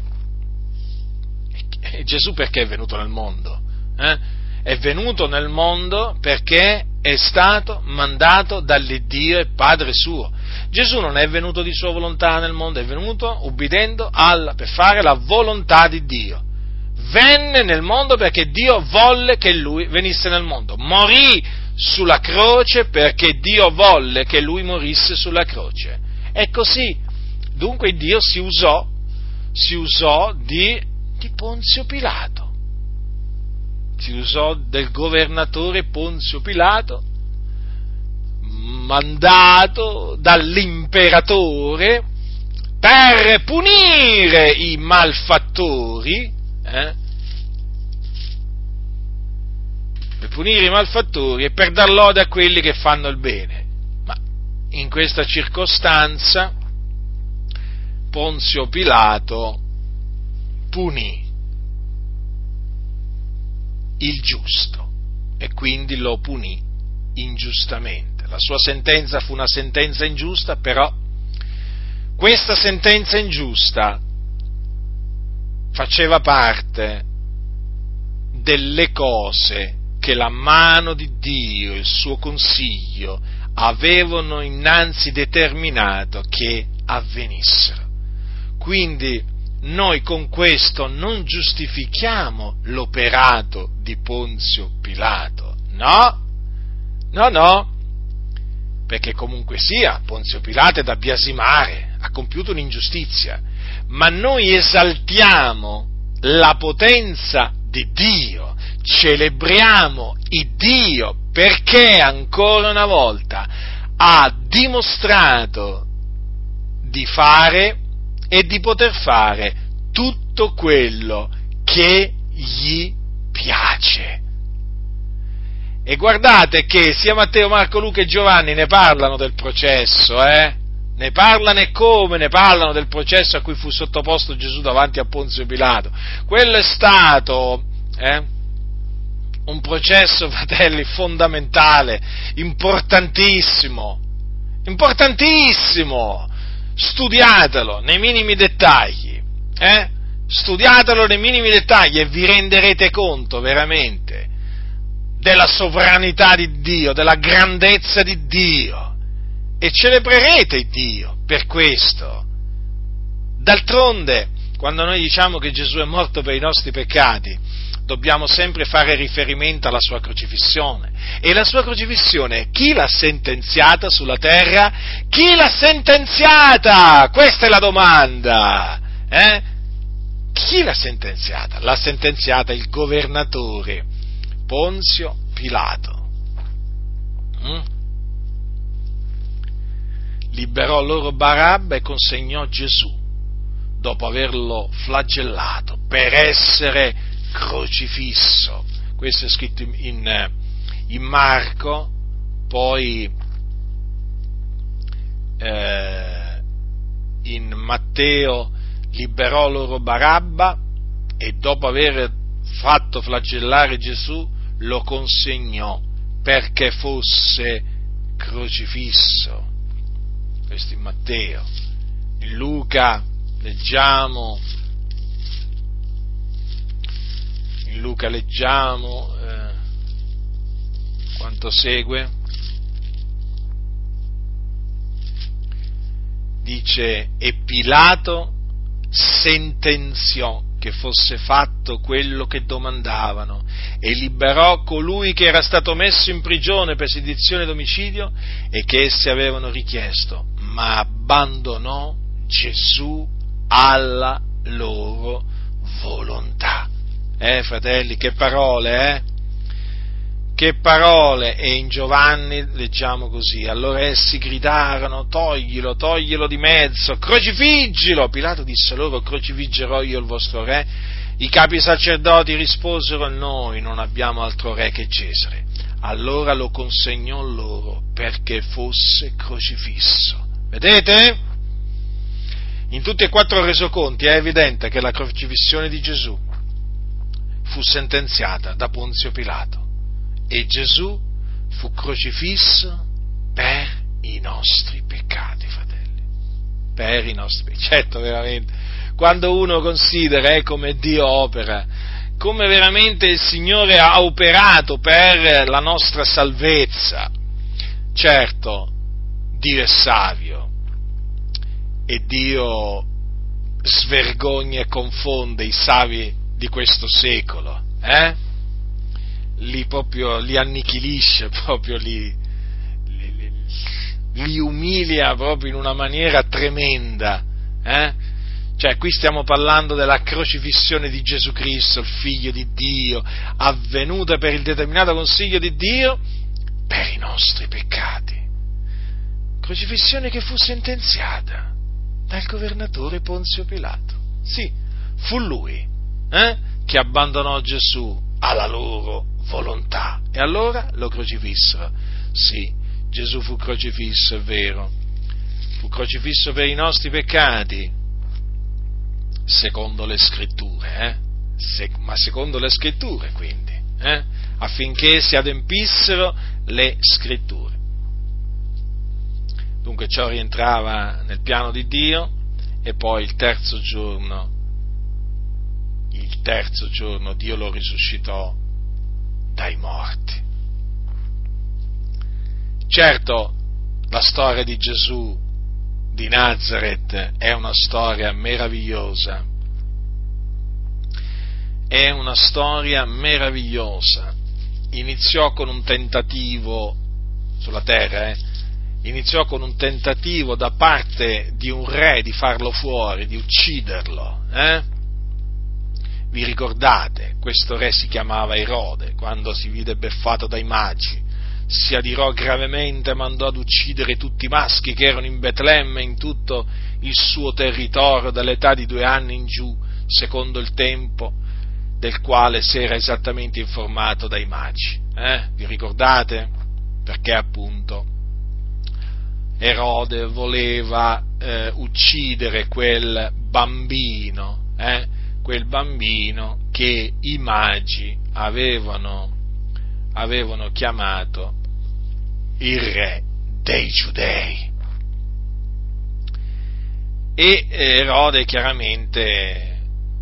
E Gesù perché è venuto nel mondo? Eh? È venuto nel mondo perché è stato mandato dall'Iddio e Padre suo. Gesù non è venuto di sua volontà nel mondo, è venuto ubbidendo alla, per fare la volontà di Dio. Venne nel mondo perché Dio volle che lui venisse nel mondo. Morì sulla croce perché Dio volle che lui morisse sulla croce. È così. Dunque Dio si usò, si usò di, di Ponzio Pilato. Si usò del governatore Ponzio Pilato, mandato dall'imperatore per punire i malfattori, eh? per punire i malfattori e per dar lode a quelli che fanno il bene. Ma in questa circostanza Ponzio Pilato punì il giusto e quindi lo punì ingiustamente. La sua sentenza fu una sentenza ingiusta, però questa sentenza ingiusta faceva parte delle cose che la mano di Dio, il suo consiglio, avevano innanzi determinato che avvenissero. Quindi noi con questo non giustifichiamo l'operato di Ponzio Pilato, no, no, no, perché comunque sia, Ponzio Pilato è da biasimare, ha compiuto un'ingiustizia, ma noi esaltiamo la potenza di Dio, celebriamo il Dio perché ancora una volta ha dimostrato di fare e di poter fare tutto quello che gli piace. E guardate che sia Matteo, Marco, Luca e Giovanni ne parlano del processo, eh? Ne parlano e come ne parlano del processo a cui fu sottoposto Gesù davanti a Ponzio Pilato. Quello è stato, eh? un processo, fratelli, fondamentale, importantissimo, importantissimo. Studiatelo nei minimi dettagli, eh? Studiatelo nei minimi dettagli e vi renderete conto veramente della sovranità di Dio, della grandezza di Dio, e celebrerete Dio per questo. D'altronde, quando noi diciamo che Gesù è morto per i nostri peccati, dobbiamo sempre fare riferimento alla sua crocifissione. E la sua crocifissione, chi l'ha sentenziata sulla terra? Chi l'ha sentenziata? Questa è la domanda. Eh? Chi l'ha sentenziata? L'ha sentenziata il governatore Ponzio Pilato. Mm? Liberò loro Barabba e consegnò Gesù, dopo averlo flagellato, per essere crocifisso. Questo è scritto in, in Marco, poi eh, in Matteo liberò loro Barabba e dopo aver fatto flagellare Gesù lo consegnò perché fosse crocifisso. Questo in Matteo. In Luca leggiamo, in Luca leggiamo eh, quanto segue, dice: e Pilato sentenziò che fosse fatto quello che domandavano e liberò colui che era stato messo in prigione per sedizione d'omicidio e che essi avevano richiesto, ma abbandonò Gesù alla loro volontà. Eh, fratelli, che parole, eh? Che parole! E in Giovanni leggiamo così: allora essi gridarono: toglilo, toglilo di mezzo, crocifiggilo! Pilato disse loro: crocifiggerò io il vostro re? I capi sacerdoti risposero: noi non abbiamo altro re che Cesare. Allora lo consegnò loro perché fosse crocifisso. Vedete? In tutti e quattro i resoconti è evidente che la crocifissione di Gesù fu sentenziata da Ponzio Pilato. E Gesù fu crocifisso per i nostri peccati, fratelli, per i nostri peccati. Certo, veramente, quando uno considera eh, come Dio opera, come veramente il Signore ha operato per la nostra salvezza, certo, Dio è savio e Dio svergogna e confonde i savi di questo secolo, eh? Li proprio li annichilisce, proprio li, li, li, li umilia proprio in una maniera tremenda, eh? Cioè, qui stiamo parlando della crocifissione di Gesù Cristo, il Figlio di Dio, avvenuta per il determinato consiglio di Dio per i nostri peccati. Crocifissione che fu sentenziata dal governatore Ponzio Pilato. Sì, fu lui, eh, che abbandonò Gesù alla loro volontà. E allora lo crocifissero. Sì, Gesù fu crocifisso, è vero. Fu crocifisso per i nostri peccati, secondo le scritture, eh? Se, ma secondo le scritture, quindi, eh? affinché si adempissero le scritture. Dunque ciò rientrava nel piano di Dio, e poi il terzo giorno, il terzo giorno Dio lo risuscitò dai morti. Certo, la storia di Gesù di Nazaret è una storia meravigliosa, è una storia meravigliosa. Iniziò con un tentativo sulla terra, eh? iniziò con un tentativo da parte di un re di farlo fuori, di ucciderlo, eh? Vi ricordate? Questo re si chiamava Erode, quando si vide beffato dai magi, si adirò gravemente e mandò ad uccidere tutti i maschi che erano in Betlemme e in tutto il suo territorio dall'età di due anni in giù, secondo il tempo del quale si era esattamente informato dai magi. Eh? Vi ricordate? Perché appunto Erode voleva eh, uccidere quel bambino, eh? quel bambino che i magi avevano, avevano chiamato il re dei Giudei. E Erode chiaramente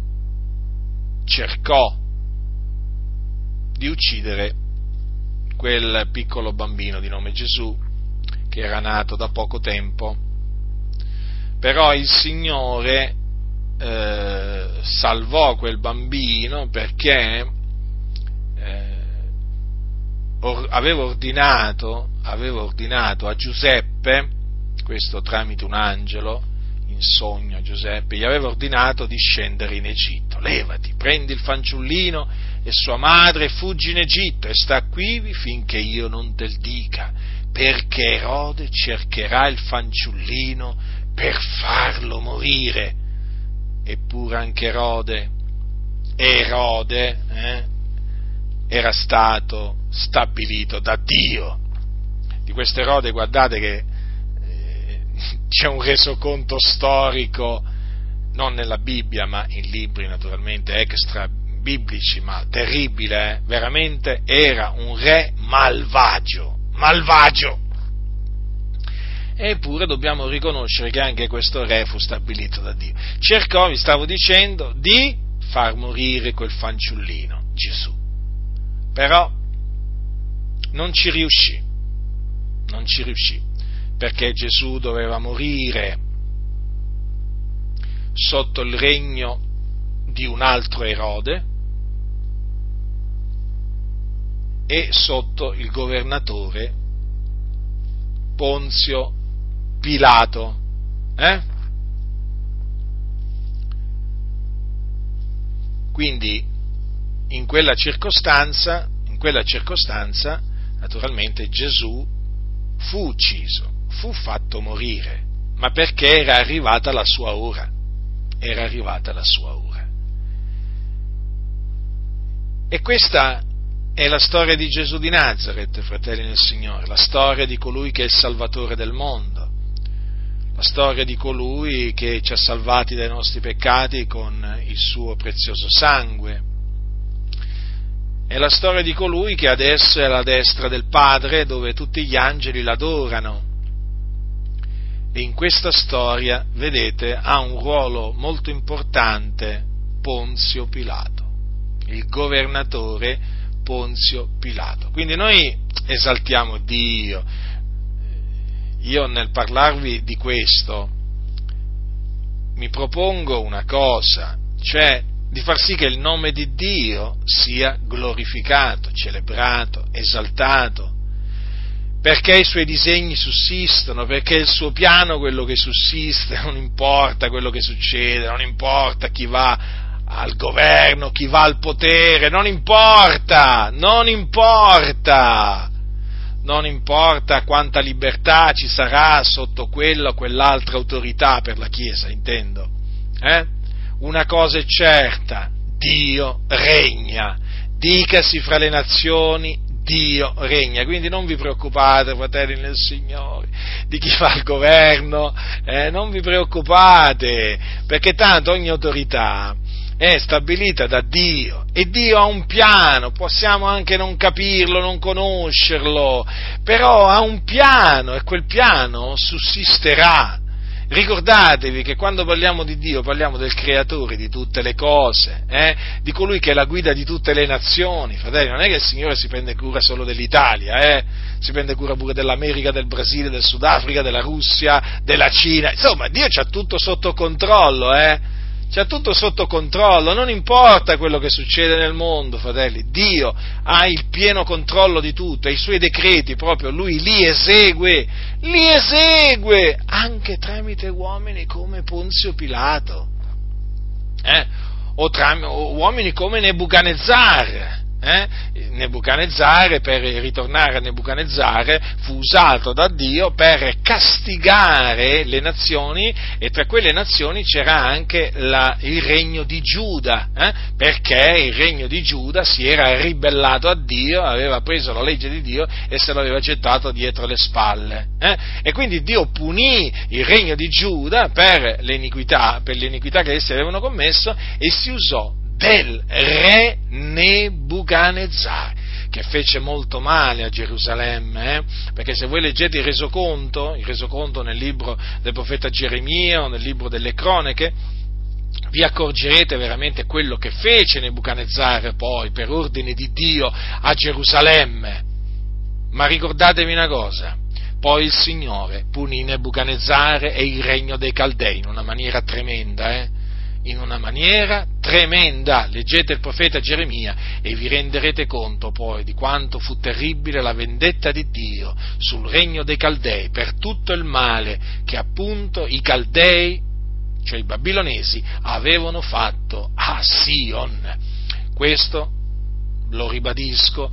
cercò di uccidere quel piccolo bambino di nome Gesù, che era nato da poco tempo, però il Signore eh, salvò quel bambino perché eh, or, aveva ordinato, aveva ordinato a Giuseppe, questo tramite un angelo, in sogno a Giuseppe, gli aveva ordinato di scendere in Egitto. Levati, prendi il fanciullino e sua madre e fuggi in Egitto e sta quivi finché io non te il dica, perché Erode cercherà il fanciullino per farlo morire. Eppure anche Erode, Erode eh, era stato stabilito da Dio. Di questo Erode, guardate che eh, c'è un resoconto storico, non nella Bibbia, ma in libri naturalmente extra biblici, ma terribile, eh? veramente era un re malvagio, malvagio. eppure dobbiamo riconoscere che anche questo re fu stabilito da Dio. Cercò, vi stavo dicendo, di far morire quel fanciullino, Gesù. Però non ci riuscì, non ci riuscì, perché Gesù doveva morire sotto il regno di un altro Erode e sotto il governatore Ponzio Pilato. Eh? Quindi in quella circostanza, in quella circostanza, naturalmente Gesù fu ucciso, fu fatto morire, ma perché era arrivata la sua ora, era arrivata la sua ora. E questa è la storia di Gesù di Nazaret, fratelli nel Signore, la storia di colui che è il Salvatore del mondo, la storia di colui che ci ha salvati dai nostri peccati con il suo prezioso sangue. È la storia di colui che adesso è alla destra del Padre, dove tutti gli angeli l'adorano. E in questa storia, vedete, ha un ruolo molto importante Ponzio Pilato, il governatore Ponzio Pilato. Quindi noi esaltiamo Dio. Io nel parlarvi di questo mi propongo una cosa, cioè di far sì che il nome di Dio sia glorificato, celebrato, esaltato, perché i suoi disegni sussistono, perché il suo piano quello che sussiste, non importa quello che succede, non importa chi va al governo, chi va al potere, non importa, non importa, non importa quanta libertà ci sarà sotto quella o quell'altra autorità per la Chiesa, intendo, eh? Una cosa è certa, Dio regna, dicasi fra le nazioni, Dio regna, quindi non vi preoccupate, fratelli nel Signore, di chi fa il governo, eh, non vi preoccupate, perché tanto ogni autorità è stabilita da Dio e Dio ha un piano, possiamo anche non capirlo, non conoscerlo, però ha un piano e quel piano sussisterà. Ricordatevi che quando parliamo di Dio parliamo del creatore di tutte le cose, eh? Di colui che è la guida di tutte le nazioni, fratelli, non è che il Signore si prende cura solo dell'Italia, eh? Si prende cura pure dell'America, del Brasile, del Sudafrica, della Russia, della Cina, insomma Dio c'ha tutto sotto controllo, eh? C'ha tutto sotto controllo, non importa quello che succede nel mondo, fratelli, Dio ha il pieno controllo di tutto, e i suoi decreti proprio Lui li esegue, li esegue anche tramite uomini come Ponzio Pilato, eh? o, tram- o uomini come Nebuchadnezzar. Eh? Nebuchadnezzar, per ritornare a Nebuchadnezzar, fu usato da Dio per castigare le nazioni, e tra quelle nazioni c'era anche la, il regno di Giuda, eh? Perché il regno di Giuda si era ribellato a Dio, aveva preso la legge di Dio e se l'aveva gettato dietro le spalle, eh? E quindi Dio punì il regno di Giuda per l'iniquità, per l'iniquità che essi avevano commesso, e si usò del re Nebuchadnezzar, che fece molto male a Gerusalemme, eh? Perché se voi leggete il resoconto, il resoconto nel libro del profeta Geremia o nel libro delle cronache, vi accorgerete veramente quello che fece Nebuchadnezzar poi per ordine di Dio a Gerusalemme. Ma ricordatevi una cosa, poi il Signore punì Nebuchadnezzar e il regno dei Caldei in una maniera tremenda, eh? in una maniera tremenda. Leggete il profeta Geremia e vi renderete conto poi di quanto fu terribile la vendetta di Dio sul regno dei Caldei per tutto il male che appunto i Caldei, cioè i babilonesi, avevano fatto a Sion. Questo lo ribadisco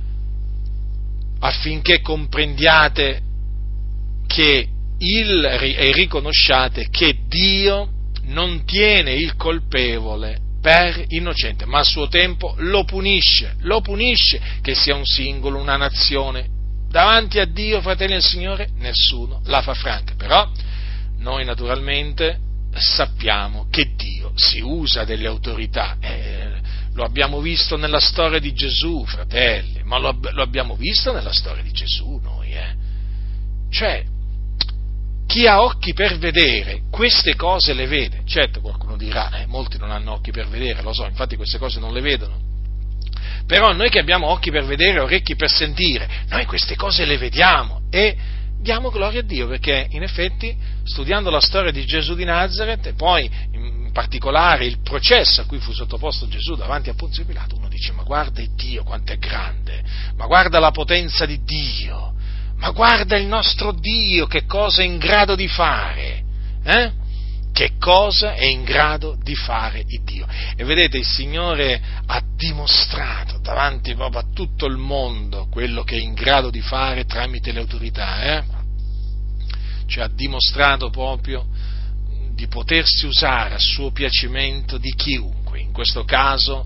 affinché comprendiate che il, e riconosciate che Dio non tiene il colpevole per innocente, ma a suo tempo lo punisce, lo punisce, che sia un singolo, una nazione. Davanti a Dio, fratelli del Signore, nessuno la fa franca, però noi naturalmente sappiamo che Dio si usa delle autorità, eh, lo abbiamo visto nella storia di Gesù, fratelli, ma lo, lo abbiamo visto nella storia di Gesù noi, eh. Cioè, chi ha occhi per vedere queste cose le vede. Certo, qualcuno dirà, eh, molti non hanno occhi per vedere, lo so, infatti queste cose non le vedono. Però noi che abbiamo occhi per vedere, orecchi per sentire, noi queste cose le vediamo e diamo gloria a Dio, perché in effetti, studiando la storia di Gesù di Nazaret e poi in particolare il processo a cui fu sottoposto Gesù davanti a Ponzio Pilato, uno dice: ma guarda il Dio quanto è grande, ma guarda la potenza di Dio, ma guarda il nostro Dio che cosa è in grado di fare, eh? Che cosa è in grado di fare il Dio. E vedete, il Signore ha dimostrato davanti proprio a tutto il mondo quello che è in grado di fare tramite le autorità, eh? Cioè ha dimostrato proprio di potersi usare a suo piacimento di chiunque. In questo caso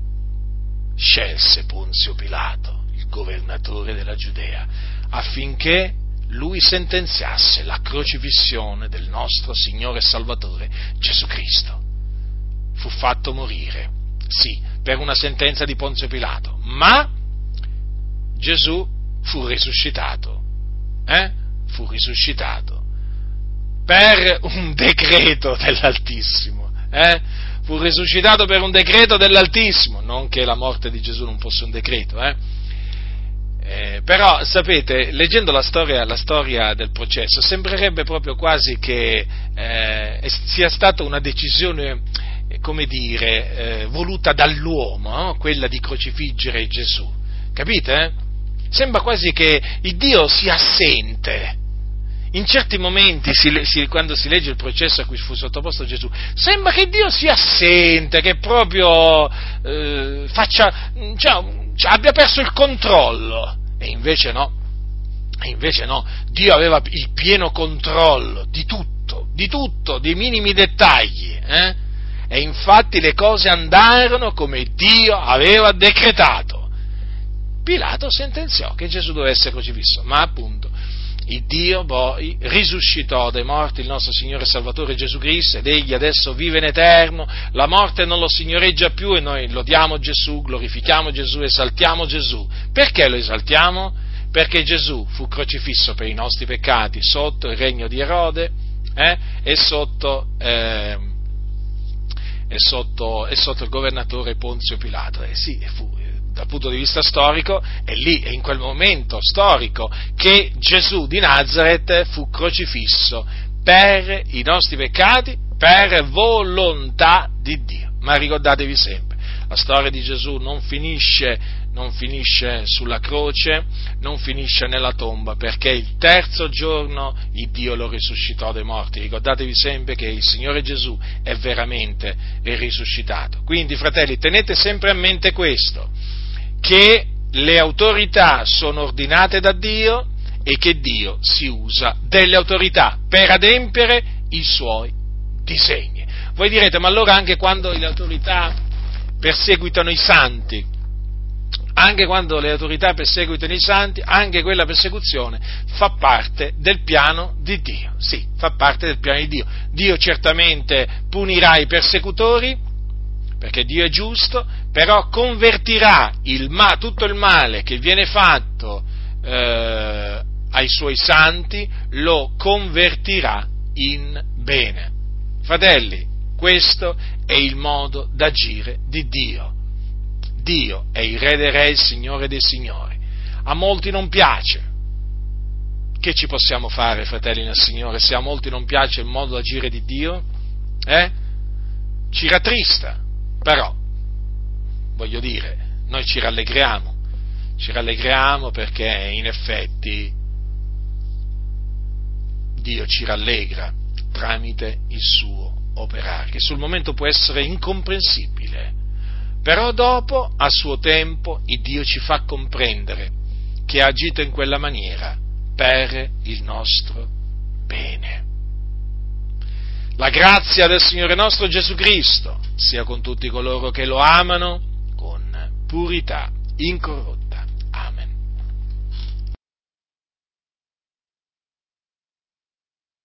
scelse Ponzio Pilato, il governatore della Giudea, affinché lui sentenziasse la crocifissione del nostro Signore e Salvatore Gesù Cristo. Fu fatto morire, sì, per una sentenza di Ponzio Pilato, ma Gesù fu risuscitato, eh? Fu risuscitato per un decreto dell'Altissimo, eh? Fu risuscitato per un decreto dell'Altissimo, non che la morte di Gesù non fosse un decreto, eh? Eh, però sapete, leggendo la storia, la storia del processo, sembrerebbe proprio quasi che eh, sia stata una decisione, eh, come dire, eh, voluta dall'uomo, no? Quella di crocifiggere Gesù, capite? Eh? Sembra quasi che il Dio sia assente. In certi momenti, si, si, quando si legge il processo a cui fu sottoposto Gesù, sembra che Dio sia assente, che proprio eh, faccia, cioè, abbia perso il controllo, e invece no, e invece no, Dio aveva il pieno controllo di tutto, di tutto, dei minimi dettagli, eh? E infatti le cose andarono come Dio aveva decretato. Pilato sentenziò che Gesù dovesse essere crocifisso, ma appunto il Dio poi risuscitò dai morti il nostro Signore e Salvatore Gesù Cristo, ed Egli adesso vive in eterno, la morte non lo signoreggia più, e noi lodiamo Gesù, glorifichiamo Gesù, esaltiamo Gesù. Perché lo esaltiamo? Perché Gesù fu crocifisso per i nostri peccati sotto il regno di Erode eh, e, sotto, eh, e, sotto, e sotto il governatore Ponzio Pilato. Eh sì, fu dal punto di vista storico, è lì, è in quel momento storico che Gesù di Nazaret fu crocifisso per i nostri peccati, per volontà di Dio. Ma ricordatevi sempre, la storia di Gesù non finisce, non finisce sulla croce, non finisce nella tomba, perché il terzo giorno il Dio lo risuscitò dai morti. Ricordatevi sempre che il Signore Gesù è veramente risuscitato. Quindi, fratelli, tenete sempre a mente questo, che le autorità sono ordinate da Dio e che Dio si usa delle autorità per adempiere i suoi disegni. Voi direte, ma allora anche quando le autorità perseguitano i santi, anche quando le autorità perseguitano i santi, anche quella persecuzione fa parte del piano di Dio. Sì, fa parte del piano di Dio. Dio certamente punirà i persecutori, perché Dio è giusto, però convertirà il ma, tutto il male che viene fatto eh, ai suoi santi, lo convertirà in bene. Fratelli, questo è il modo d'agire di Dio. Dio è il Re dei Re, il Signore dei Signori. A molti non piace. Che ci possiamo fare, fratelli nel Signore, se a molti non piace il modo d'agire di Dio? Eh? Ci rattrista. Però, voglio dire, noi ci rallegriamo, ci rallegriamo perché in effetti Dio ci rallegra tramite il suo operare, che sul momento può essere incomprensibile, però dopo, a suo tempo, il Dio ci fa comprendere che ha agito in quella maniera per il nostro bene. La grazia del Signore nostro Gesù Cristo sia con tutti coloro che lo amano con purità incorrotta.